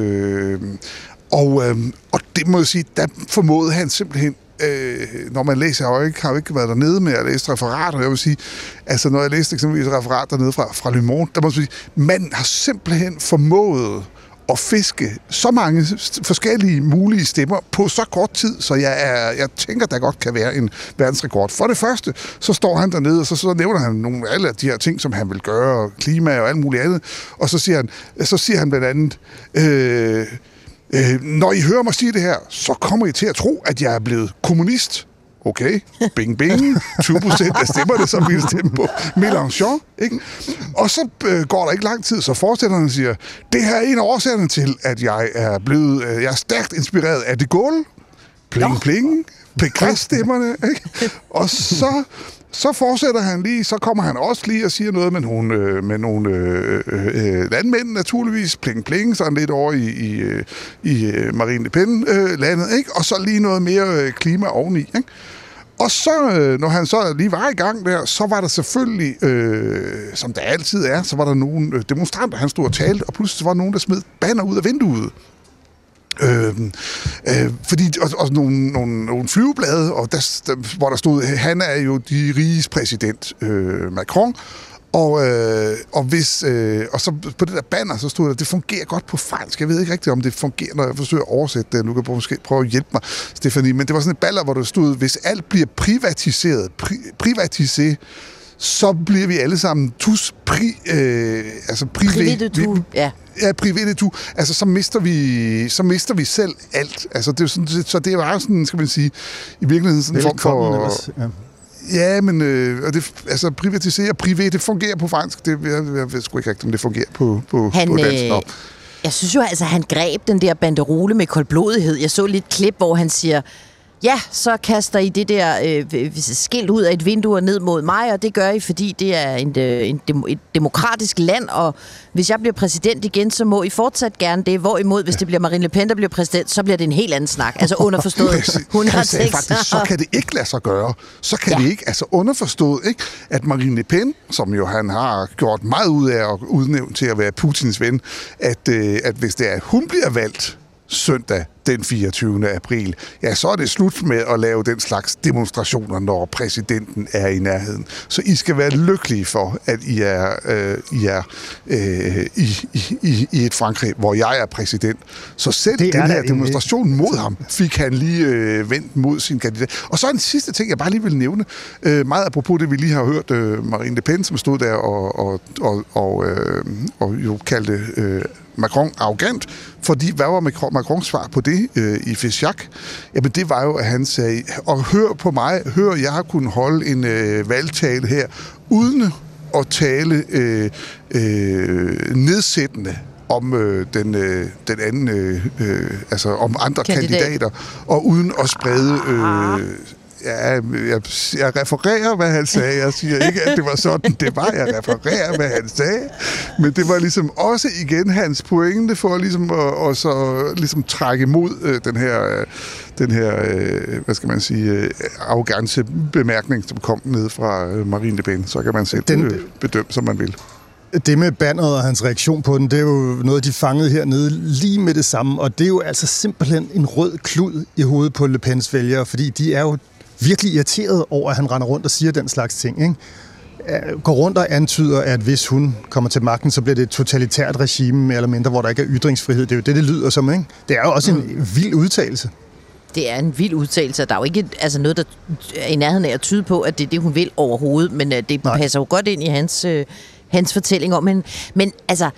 Og det må jeg sige, der formåede han simpelthen, når man læser, jeg har jo ikke været dernede med at læse referater, jeg vil sige, altså når jeg læste eksempelvis referater dernede fra Le Monde, der må jeg sige, man har simpelthen formået at fiske så mange forskellige mulige stemmer på så kort tid, så jeg tænker, der godt kan være en verdensrekord. For det første, så står han dernede, og så nævner han alle af de her ting, som han vil gøre, klima og alt muligt andet, og så siger han blandt andet, når I hører mig sige det her, så kommer I til at tro, at jeg er blevet kommunist. Okay, bing bing, 20% af stemmerne, som ville stemme på Mélenchon, ikke? Og så går der ikke lang tid, så fortsætter han og siger, det her er en af årsagerne til, at jeg er stærkt inspireret af de Gaulle. Pling pling, Pécresse-stemmerne, ikke? Og så fortsætter han lige, så kommer han også lige og siger noget med nogle landmænd, naturligvis, pling pling, så er han lidt over i Marine Le Pen-landet, ikke? Og så lige noget mere klima oveni, ikke? Og så, når han så lige var i gang der, så var der selvfølgelig, som der altid er, så var der nogle demonstranter, han stod og talte, og pludselig var der nogen, der smed banner ud af vinduet. Fordi også nogle flyveblade, og hvor der stod, han er jo de riges præsident, Macron, og så på det der banner, så stod der, det fungerer godt på fransk. Jeg ved ikke rigtigt, om det fungerer, når jeg forsøger at oversætte det. Nu kan jeg måske prøve at hjælpe mig, Stephanie. Men det var sådan et banner, hvor der stod, hvis alt bliver privatiseret, så bliver vi alle sammen privé de tout. Altså, så mister vi selv alt. Altså, det er sådan, så det var sådan, skal man sige, i virkeligheden sådan en form for... Ja, men altså privatisere, privé, det fungerer på fransk. Jeg ved sgu ikke rigtigt, om det fungerer på dansk nok. Jeg synes jo, altså, han greb den der banderole med koldblodighed. Jeg så lidt klip, hvor han siger, ja, så kaster I det der skilt ud af et vindue og ned mod mig, og det gør I, fordi det er et demokratisk land, og hvis jeg bliver præsident igen, så må I fortsat gerne det. Hvorimod, hvis det bliver Marine Le Pen, der bliver præsident, så bliver det en helt anden snak. Altså underforstået. Hun har faktisk, så kan det ikke lade sig gøre. Så kan det ikke, altså underforstået, ikke? At Marine Le Pen, som jo han har gjort meget ud af at udnævne til at være Putins ven, at hvis det er, hun bliver valgt søndag den 24. april, ja, så er det slut med at lave den slags demonstrationer, når præsidenten er i nærheden. Så I skal være lykkelige for, at I er i et Frankrig, hvor jeg er præsident. Så selv den her demonstration mod ham, fik han lige vendt mod sin kandidat. Og så en sidste ting, jeg bare lige vil nævne, meget apropos det, vi lige har hørt Marine Le Pen, som stod der og jo kaldte Macron arrogant, fordi hvad var Macrons svar på det i Fischach? Jamen det var jo, at han sagde, og hør på mig, jeg har kunnet holde en valgtale her, uden at tale nedsættende om den anden, altså om andre kandidater, og uden at sprede jeg refererer, hvad han sagde. Jeg siger ikke, at det var sådan, det var. Jeg refererer, hvad han sagde. Men det var ligesom også igen hans pointe for ligesom at så ligesom trække imod den her, hvad skal man sige, arrogance bemærkning, som kom ned fra Marine Le Pen. Så kan man selv bedømme, som man vil. Det med banneret og hans reaktion på den, det er jo noget, de fangede hernede lige med det samme. Og det er jo altså simpelthen en rød klud i hovedet på Le Pens vælgere, fordi de er jo virkelig irriteret over, at han render rundt og siger den slags ting, ikke? Går rundt og antyder, at hvis hun kommer til magten, så bliver det et totalitært regime, mere eller mindre, hvor der ikke er ytringsfrihed. Det er jo det lyder som, ikke? Det er jo også en vild udtalelse. Det er en vild udtalelse, der er jo ikke noget, der er i nærheden af at tyde på, at det er det, hun vil overhovedet, men det passer jo godt ind i hans fortælling om hende. Men altså,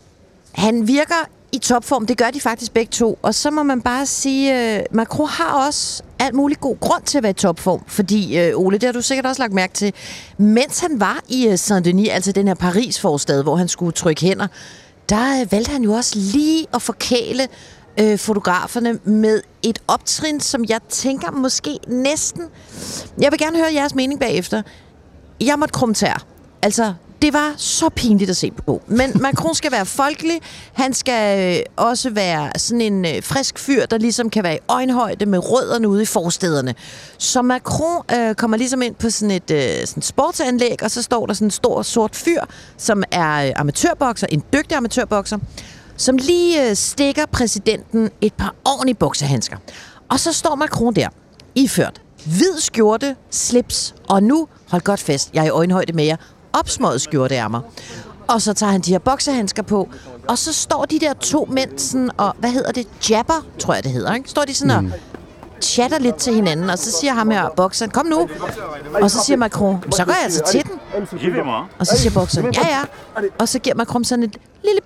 han virker i topform, det gør de faktisk begge to. Og så må man bare sige, Macron har også alt muligt god grund til at være i topform. Fordi, Ole, det har du sikkert også lagt mærke til, mens han var i Saint-Denis, altså den her Paris-forstad, hvor han skulle trykke hænder, der valgte han jo også lige at forkæle fotograferne med et optrin, som jeg tænker måske næsten... Jeg vil gerne høre jeres mening bagefter. Jeg måtte kommentere. Altså, det var så pinligt at se på. Men Macron skal være folkelig. Han skal også være sådan en frisk fyr, der ligesom kan være i øjenhøjde med rødderne ude i forstederne. Så Macron kommer ligesom ind på sådan et sportsanlæg, og så står der sådan en stor sort fyr, som er amatørbokser, en dygtig amatørbokser, som lige stikker præsidenten et par ordentlige boksehandsker. Og så står Macron der, iført hvid skjorte, slips, og nu, hold godt fast, jeg er i øjenhøjde med jer, opsmøget skjorteærmer. Og så tager han de her boksehandsker på, og så står de der to mænd sådan, og hvad hedder det? Jabber, tror jeg det hedder, ikke? Står de sådan og chatter lidt til hinanden, og så siger ham her bokseren, kom nu. Og så siger Macron, så går jeg altså til den. Og så siger bokseren, ja. Og så giver Macron sådan et lille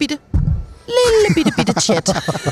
bitte chat.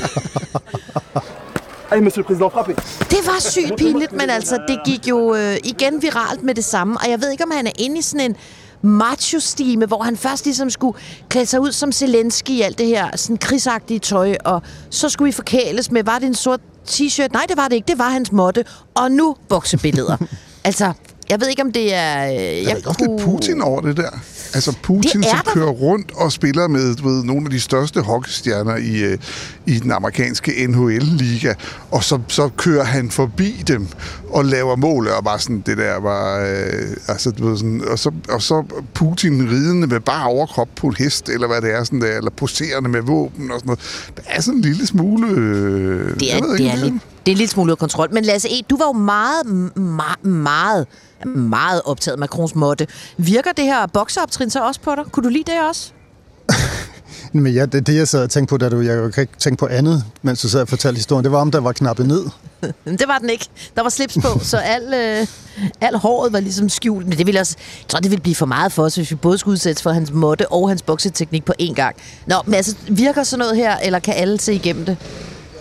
Det var sygt pinligt, men altså, det gik jo igen viralt med det samme, og jeg ved ikke, om han er inde i sådan en macho-stime, hvor han først ligesom skulle klæde sig ud som Zelensky i alt det her sådan krigsagtige tøj, og så skulle I forkæles med, var det en sort t-shirt? Nej, det var det ikke, det var hans måtte, og nu boksebilleder. Altså, jeg ved ikke, om det er... Der er også lidt Putin over det der. Altså Putin, som kører rundt og spiller med nogle af de største hockeystjerner i den amerikanske NHL-liga, og så kører han forbi dem og laver mål, og bare sådan, det der var... altså, du ved, sådan, og så Putin ridende med bare overkrop på en hest, eller hvad det er, sådan der, eller poserende med våben og sådan noget. Der er sådan en lille smule... Det er en lille smule ud af kontrol. Men Lasse E., du var jo meget optaget af Macrons måtte. Virker det her bokseoptrin så også på dig? Kunne du lide det også? Men ja, det jeg sad og tænkte på, jeg kan ikke tænke på andet, mens du sad og fortalte historien, det var om der var knappet ned. Det var den ikke. Der var slips på, så al håret var ligesom skjult. Men det ville også, jeg tror, det ville blive for meget for os, hvis vi både skulle udsættes for hans måtte og hans bokseteknik på én gang. Nå, men altså, virker sådan noget her, eller kan alle se igennem det?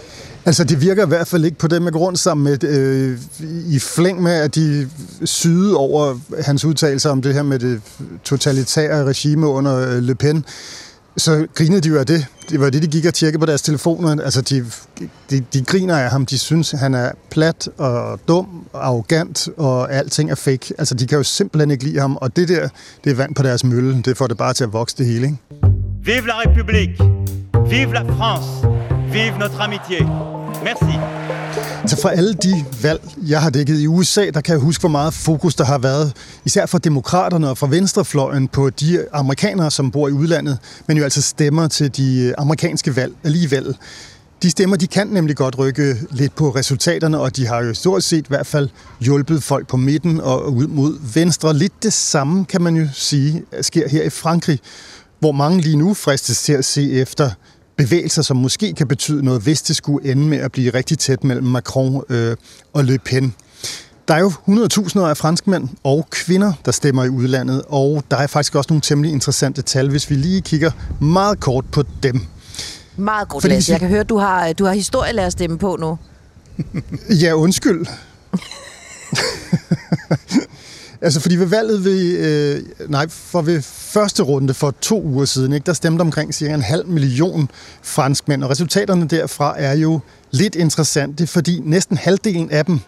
Altså, det virker i hvert fald ikke på dem, jeg går rundt sammen med, i flæng med, at de syede over hans udtalelser om det her med det totalitære regime under Le Pen. Så grinede de jo af det. Det var det, de gik og tjekkede på deres telefoner. Altså, de griner af ham. De synes, han er plat og dum og arrogant, og alting er fake. Altså, de kan jo simpelthen ikke lide ham, og det der, det er vand på deres mølle. Det får det bare til at vokse det hele, ikke? Vive la République! Vive la France! Vive notre amitié! Merci! Så fra alle de valg, jeg har dækket i USA, der kan jeg huske, hvor meget fokus der har været, især fra demokraterne og fra venstrefløjen, på de amerikanere, som bor i udlandet, men jo altså stemmer til de amerikanske valg alligevel. De stemmer, de kan nemlig godt rykke lidt på resultaterne, og de har jo stort set i hvert fald hjulpet folk på midten og ud mod venstre. Lidt det samme, kan man jo sige, sker her i Frankrig, hvor mange lige nu fristes til at se efter bevægelser, som måske kan betyde noget, hvis det skulle ende med at blive rigtig tæt mellem Macron og Le Pen. Der er jo 100.000 af franskmænd og kvinder, der stemmer i udlandet, og der er faktisk også nogle temmelig interessante tal, hvis vi lige kigger meget kort på dem. Meget godt, Lasse. Jeg kan høre, du har historielærerstemme på nu. Ja, undskyld. Altså, fordi ved valget ved første runde for 2 uger siden, ikke, der stemte omkring cirka 500.000 franskmænd, og resultaterne derfra er jo lidt interessante, fordi næsten halvdelen af dem,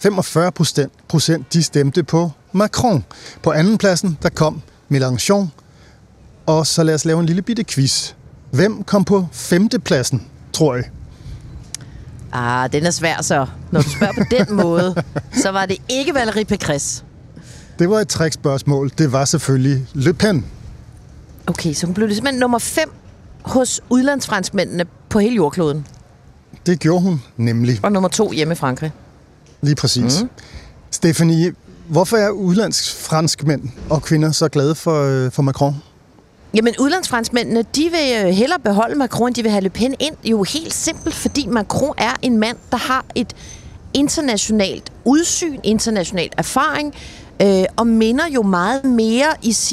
45%, de stemte på Macron. På andenpladsen, der kom Mélenchon, og så lad os lave en lille bitte quiz. Hvem kom på 5. pladsen, tror jeg? Den er svær så. Når du spørger på den måde, så var det ikke Valérie Pécresse. Det var et trickspørgsmål. Det var selvfølgelig Le Pen. Okay, så hun blev simpelthen nummer 5 hos udlandsfranskmændene på hele jordkloden. Det gjorde hun nemlig. Og nummer 2 hjemme i Frankrig. Lige præcis. Stephanie, hvorfor er udlandsfranskmænd og kvinder så glade for Macron? Jamen, udlandsfranskmændene, de vil hellere beholde Macron, end de vil have Le Pen ind. Jo helt simpelt, fordi Macron er en mand, der har et internationalt udsyn, international erfaring, og minder jo meget mere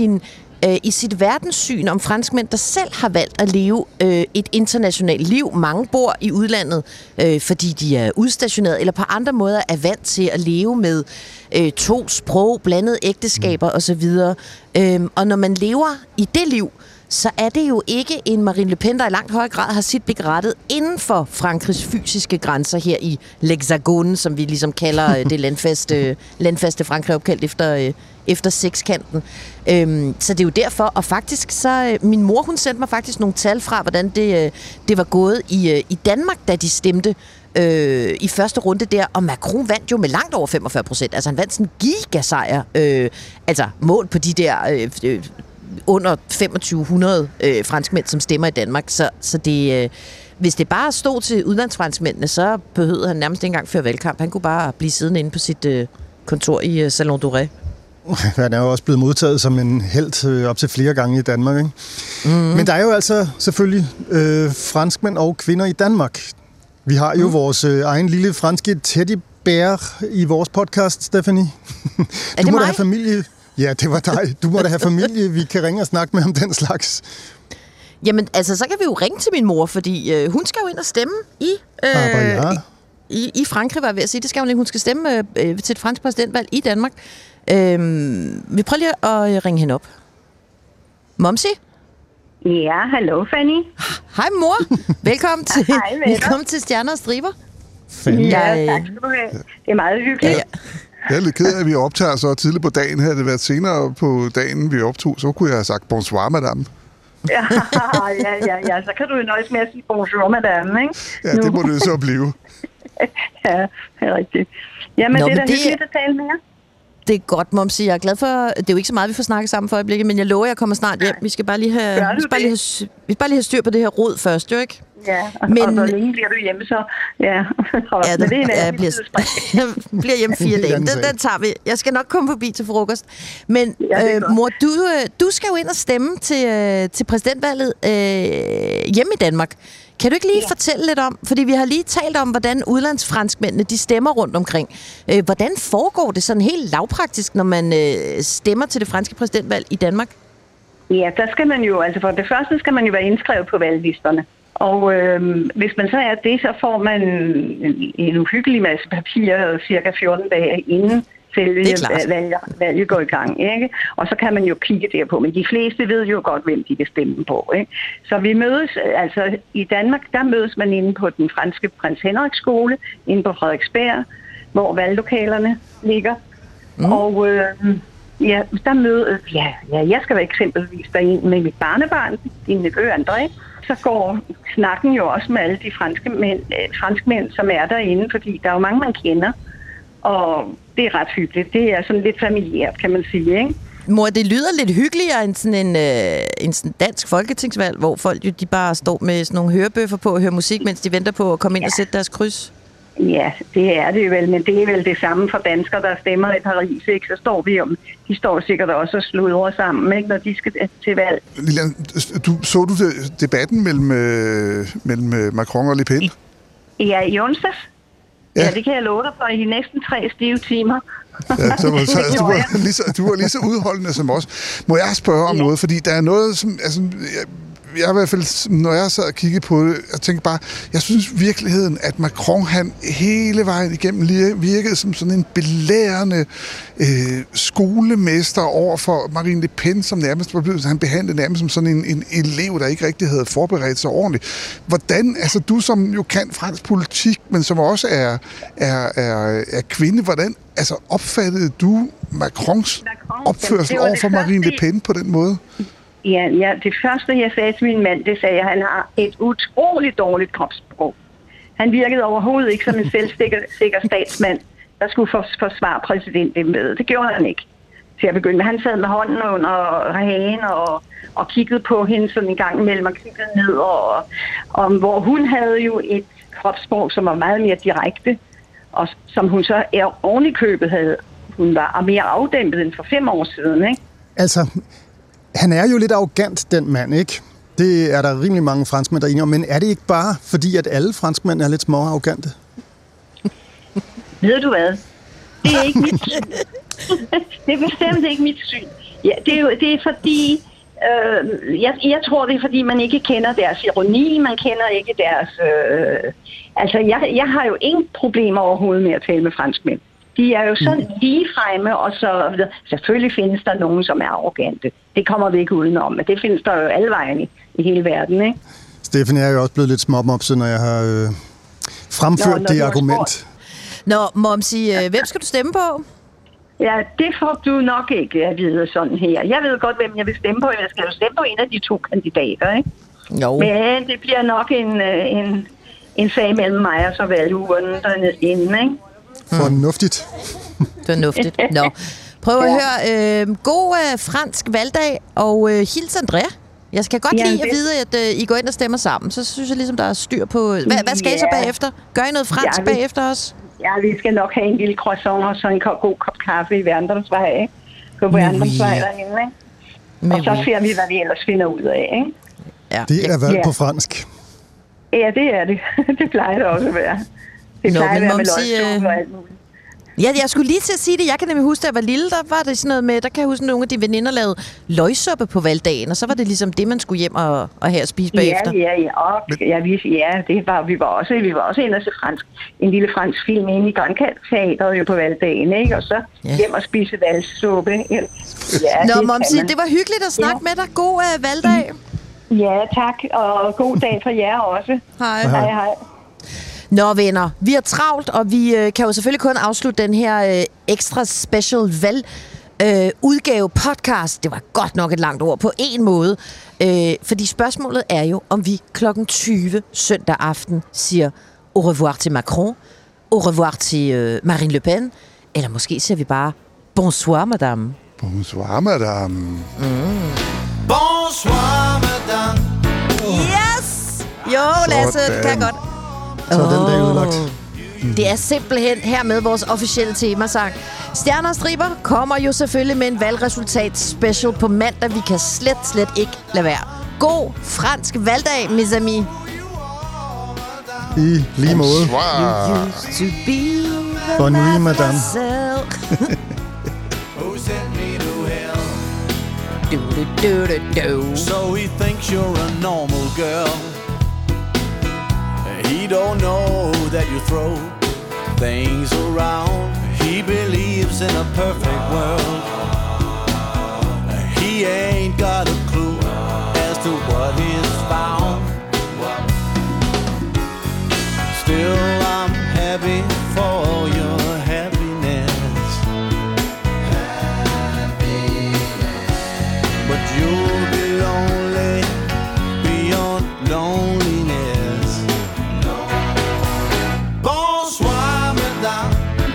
i sit verdenssyn om franskmænd, der selv har valgt at leve et internationalt liv. Mange bor i udlandet, fordi de er udstationeret, eller på andre måder er vant til at leve med 2 sprog, blandede ægteskaber osv. Og når man lever i det liv, så er det jo ikke en Marine Le Pen, der i langt højere grad har sit berettet inden for Frankrigs fysiske grænser her i l'Hexagone, som vi ligesom kalder det landfaste Frankrig, opkaldt efter sekskanten. Så det er jo derfor, og faktisk så, min mor, hun sendte mig faktisk nogle tal fra, hvordan det var gået i Danmark, da de stemte i første runde der, og Macron vandt jo med langt over 45%. Altså han vandt sådan en gigasejr, altså mål på de der under 2500 franskmænd, som stemmer i Danmark. Så det, hvis det bare stod til udlandsfranskmændene, så behøvede han nærmest ikke engang føre valgkamp. Han kunne bare blive siddende inde på sit kontor i Salon Doré. Han er jo også blevet modtaget som en helt op til flere gange i Danmark, ikke? Mm-hmm. Men der er jo altså selvfølgelig franskmænd og kvinder i Danmark. Vi har jo vores egen lille franske teddybær i vores podcast, Stephanie. Er det mig? Have familie. Ja, det var dig. Du må da have familie. Vi kan ringe og snakke med om den slags. Jamen, altså, så kan vi jo ringe til min mor, fordi hun skal jo ind og stemme i Frankrig, var jeg ved at sige. Det skal hun ikke. Hun skal stemme til et fransk præsidentvalg i Danmark. Vi prøver lige at ringe hende op. Momsi? Ja, hallo Fanny. Hej mor. Velkommen til Stjerner og Striber. Fanny. Ja, tak skal du have. Det er meget hyggeligt. Ja. Jeg er lidt ked af, at vi optager så tidligt på dagen. Havde det været senere på dagen, vi optog, så kunne jeg have sagt bonsoir, madame. Ja, så kan du jo nøjes med at sige bonjour, madame, ikke? Ja, det må det så blive. Ja, det er rigtigt. Jamen, det er da hyggeligt at tale med jer. Det er godt, Momsi. Jeg er glad for... Det er jo ikke så meget, vi får snakket sammen for øjeblikket, men jeg lover, jeg kommer snart hjem. Vi skal bare lige have styr på det her rod først, jo ikke? Ja, og hvor længe bliver du hjemme så? Ja, jeg bliver hjemme 4 dage. Den tager vi. Jeg skal nok komme forbi til frokost. Men mor, du skal jo ind og stemme til præsidentvalget hjemme i Danmark. Kan du ikke lige fortælle lidt om, fordi vi har lige talt om, hvordan udlandsfranskmændene, de stemmer rundt omkring. Hvordan foregår det sådan helt lavpraktisk, når man stemmer til det franske præsidentvalg i Danmark? Ja, der skal man jo, altså for det første skal man jo være indskrevet på valglisterne. Og hvis man så er det, så får man en uhyggelig masse papirer cirka 14 dage inden selve valget går i gang, ikke? Og så kan man jo kigge derpå, men de fleste ved jo godt, hvem de kan stemme på, ikke? Så vi mødes, altså i Danmark, der mødes man inde på den franske Prins Henrik skole, inde på Frederiksberg, hvor valglokalerne ligger. Og jeg skal være eksempelvis derind med mit barnebarn, din nevø André. Så går snakken jo også med alle de franskmænd, som er derinde, fordi der er jo mange, man kender. Og det er ret hyggeligt. Det er sådan lidt familiært, kan man sige, ikke? Mor, det lyder lidt hyggeligere end sådan en sådan dansk folketingsvalg, hvor folk jo de bare står med sådan nogle hørebøffer på og hører musik, mens de venter på at komme ind og sætte deres kryds. Ja, det er det jo vel, men det er vel det samme for danskere, der stemmer i Paris, ikke? Så står vi om, de står sikkert også og sludrer sammen, ikke, når de skal til valg. Lilian, så du debatten mellem Macron og Le Pen? Ja, i onsdags. Ja, det kan jeg love dig for i næsten 3 stive timer. Ja, du var lige så udholdende som os. Må jeg spørge om noget? Fordi der er noget, som... Altså, jeg i hvert fald, når jeg sad og kiggede på det, jeg tænkte bare, jeg synes virkeligheden, at Macron, han hele vejen igennem virkede som sådan en belærende skolemester over for Marine Le Pen, som nærmest var blevet, han behandlede nærmest som sådan en elev, der ikke rigtig havde forberedt sig ordentligt. Hvordan, altså du som jo kan fransk politik, men som også er kvinde, hvordan altså opfattede du Macrons opførsel over for Marine Le Pen på den måde? Ja, det første, jeg sagde til min mand, det sagde, at han har et utroligt dårligt kropssprog. Han virkede overhovedet ikke som en selvsikker statsmand, der skulle forsvare præsidentembedet. Det gjorde han ikke til at begynde med. Han sad med hånden under hagen og kiggede på hende sådan en gang imellem og kiggede ned, og hvor hun havde jo et kropssprog, som var meget mere direkte, og som hun så oven i købet havde. Hun var mere afdæmpet end for 5 år siden, ikke? Altså... Han er jo lidt arrogant, den mand, ikke? Det er der rimelig mange franskmænd, der er enige om. Men er det ikke bare fordi, at alle franskmænd er lidt små arrogante? Ved du hvad? Det er ikke mit syn. Det er bestemt ikke mit syn. Ja, det er fordi... jeg tror, det er fordi, man ikke kender deres ironi. Man kender ikke deres... jeg har jo ingen problemer overhovedet med at tale med franskmænd. De er jo så ligefremme, og så videre. Selvfølgelig findes der nogen, som er arrogante. Det kommer vi ikke udenom, men det findes der jo alle vejen i hele verden, ikke? Steffen, jeg er jo også blevet lidt småmopset, når jeg har fremført det argument. Nå, Momsi, hvem skal du stemme på? Ja, det får du nok ikke at vide sådan her. Jeg ved godt, hvem jeg vil stemme på. Jeg skal jo stemme på en af de 2 kandidater, ikke? Jo. Men det bliver nok en sag mellem mig og så valgugeren derinde, ikke? Fornuftigt. Fornuftigt. Nå. Prøv at høre. God fransk valgdag, og hils André. Jeg skal godt lide at vide, at I går ind og stemmer sammen. Så synes jeg ligesom, der er styr på... Hvad skal I så bagefter? Gør I noget fransk bagefter os? Ja, vi skal nok have en lille croissant og så en god kop kaffe i Værndamsvej, ikke? På Værndamsvej derinde, ikke? Og så ser vi, hvad vi ellers finder ud af, ikke? Ja. Det er valg på fransk. Ja, det er det. Det plejer det også at være. Det plejer at være med løgsuppe og alt muligt. Ja, jeg skulle lige til at sige det. Jeg kan nemlig huske, da jeg var lille, der var det sådan noget med, der kan jeg huske, nogle af de veninder lavede løgsuppe på valgdagen, og så var det ligesom det, man skulle hjem og have at spise bagefter. Vi var også inde og se en lille fransk film inde i Grand Teatret jo på valgdagen, ikke? Og så hjem og spise valgsuppe. Ja, nå, Momsi, det var hyggeligt at snakke med dig. God valgdag. Ja, tak, og god dag for jer også. Hej. Hej. Nå venner, vi er travlt, og vi kan jo selvfølgelig kun afslutte den her ekstra special udgave podcast. Det var godt nok et langt ord på en måde. Fordi spørgsmålet er jo, om vi klokken 20 søndag aften siger au revoir til Macron, au revoir til Marine Le Pen, eller måske siger vi bare bonsoir, madame. Bonsoir, madame. Bonsoir, madame. Yes! Jo, Lasse, det kan godt. Så den dag udlagt. Det er simpelthen hermed vores officielle temasang. Stjerner og striber kommer jo selvfølgelig med en valgresultat special på mandag. Vi kan slet ikke lade være. God fransk valgdag, mes amis. I lige måde. Bonne nuit, madame. So he thinks you're a normal girl. He don't know that you throw things around. He believes in a perfect world. He ain't got a clue as to what is found. Still, I'm happy for your happiness. But you'll be lonely beyond loneliness. Bonsoir, madame.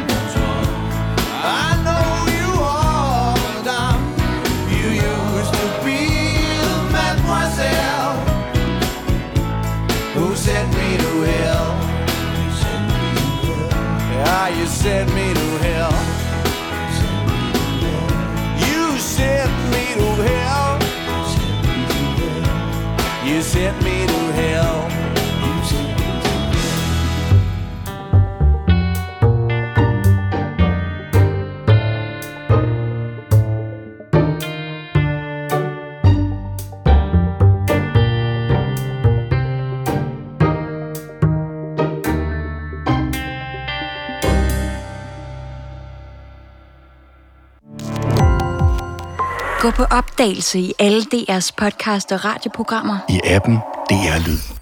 I know you are, madame. You used to be the mademoiselle who sent me to hell. Yeah, you sent me to hell. You sent me to hell. You sent me to hell. Gå på opdagelse i alle DR's podcast og radioprogrammer. I appen DR Lyd.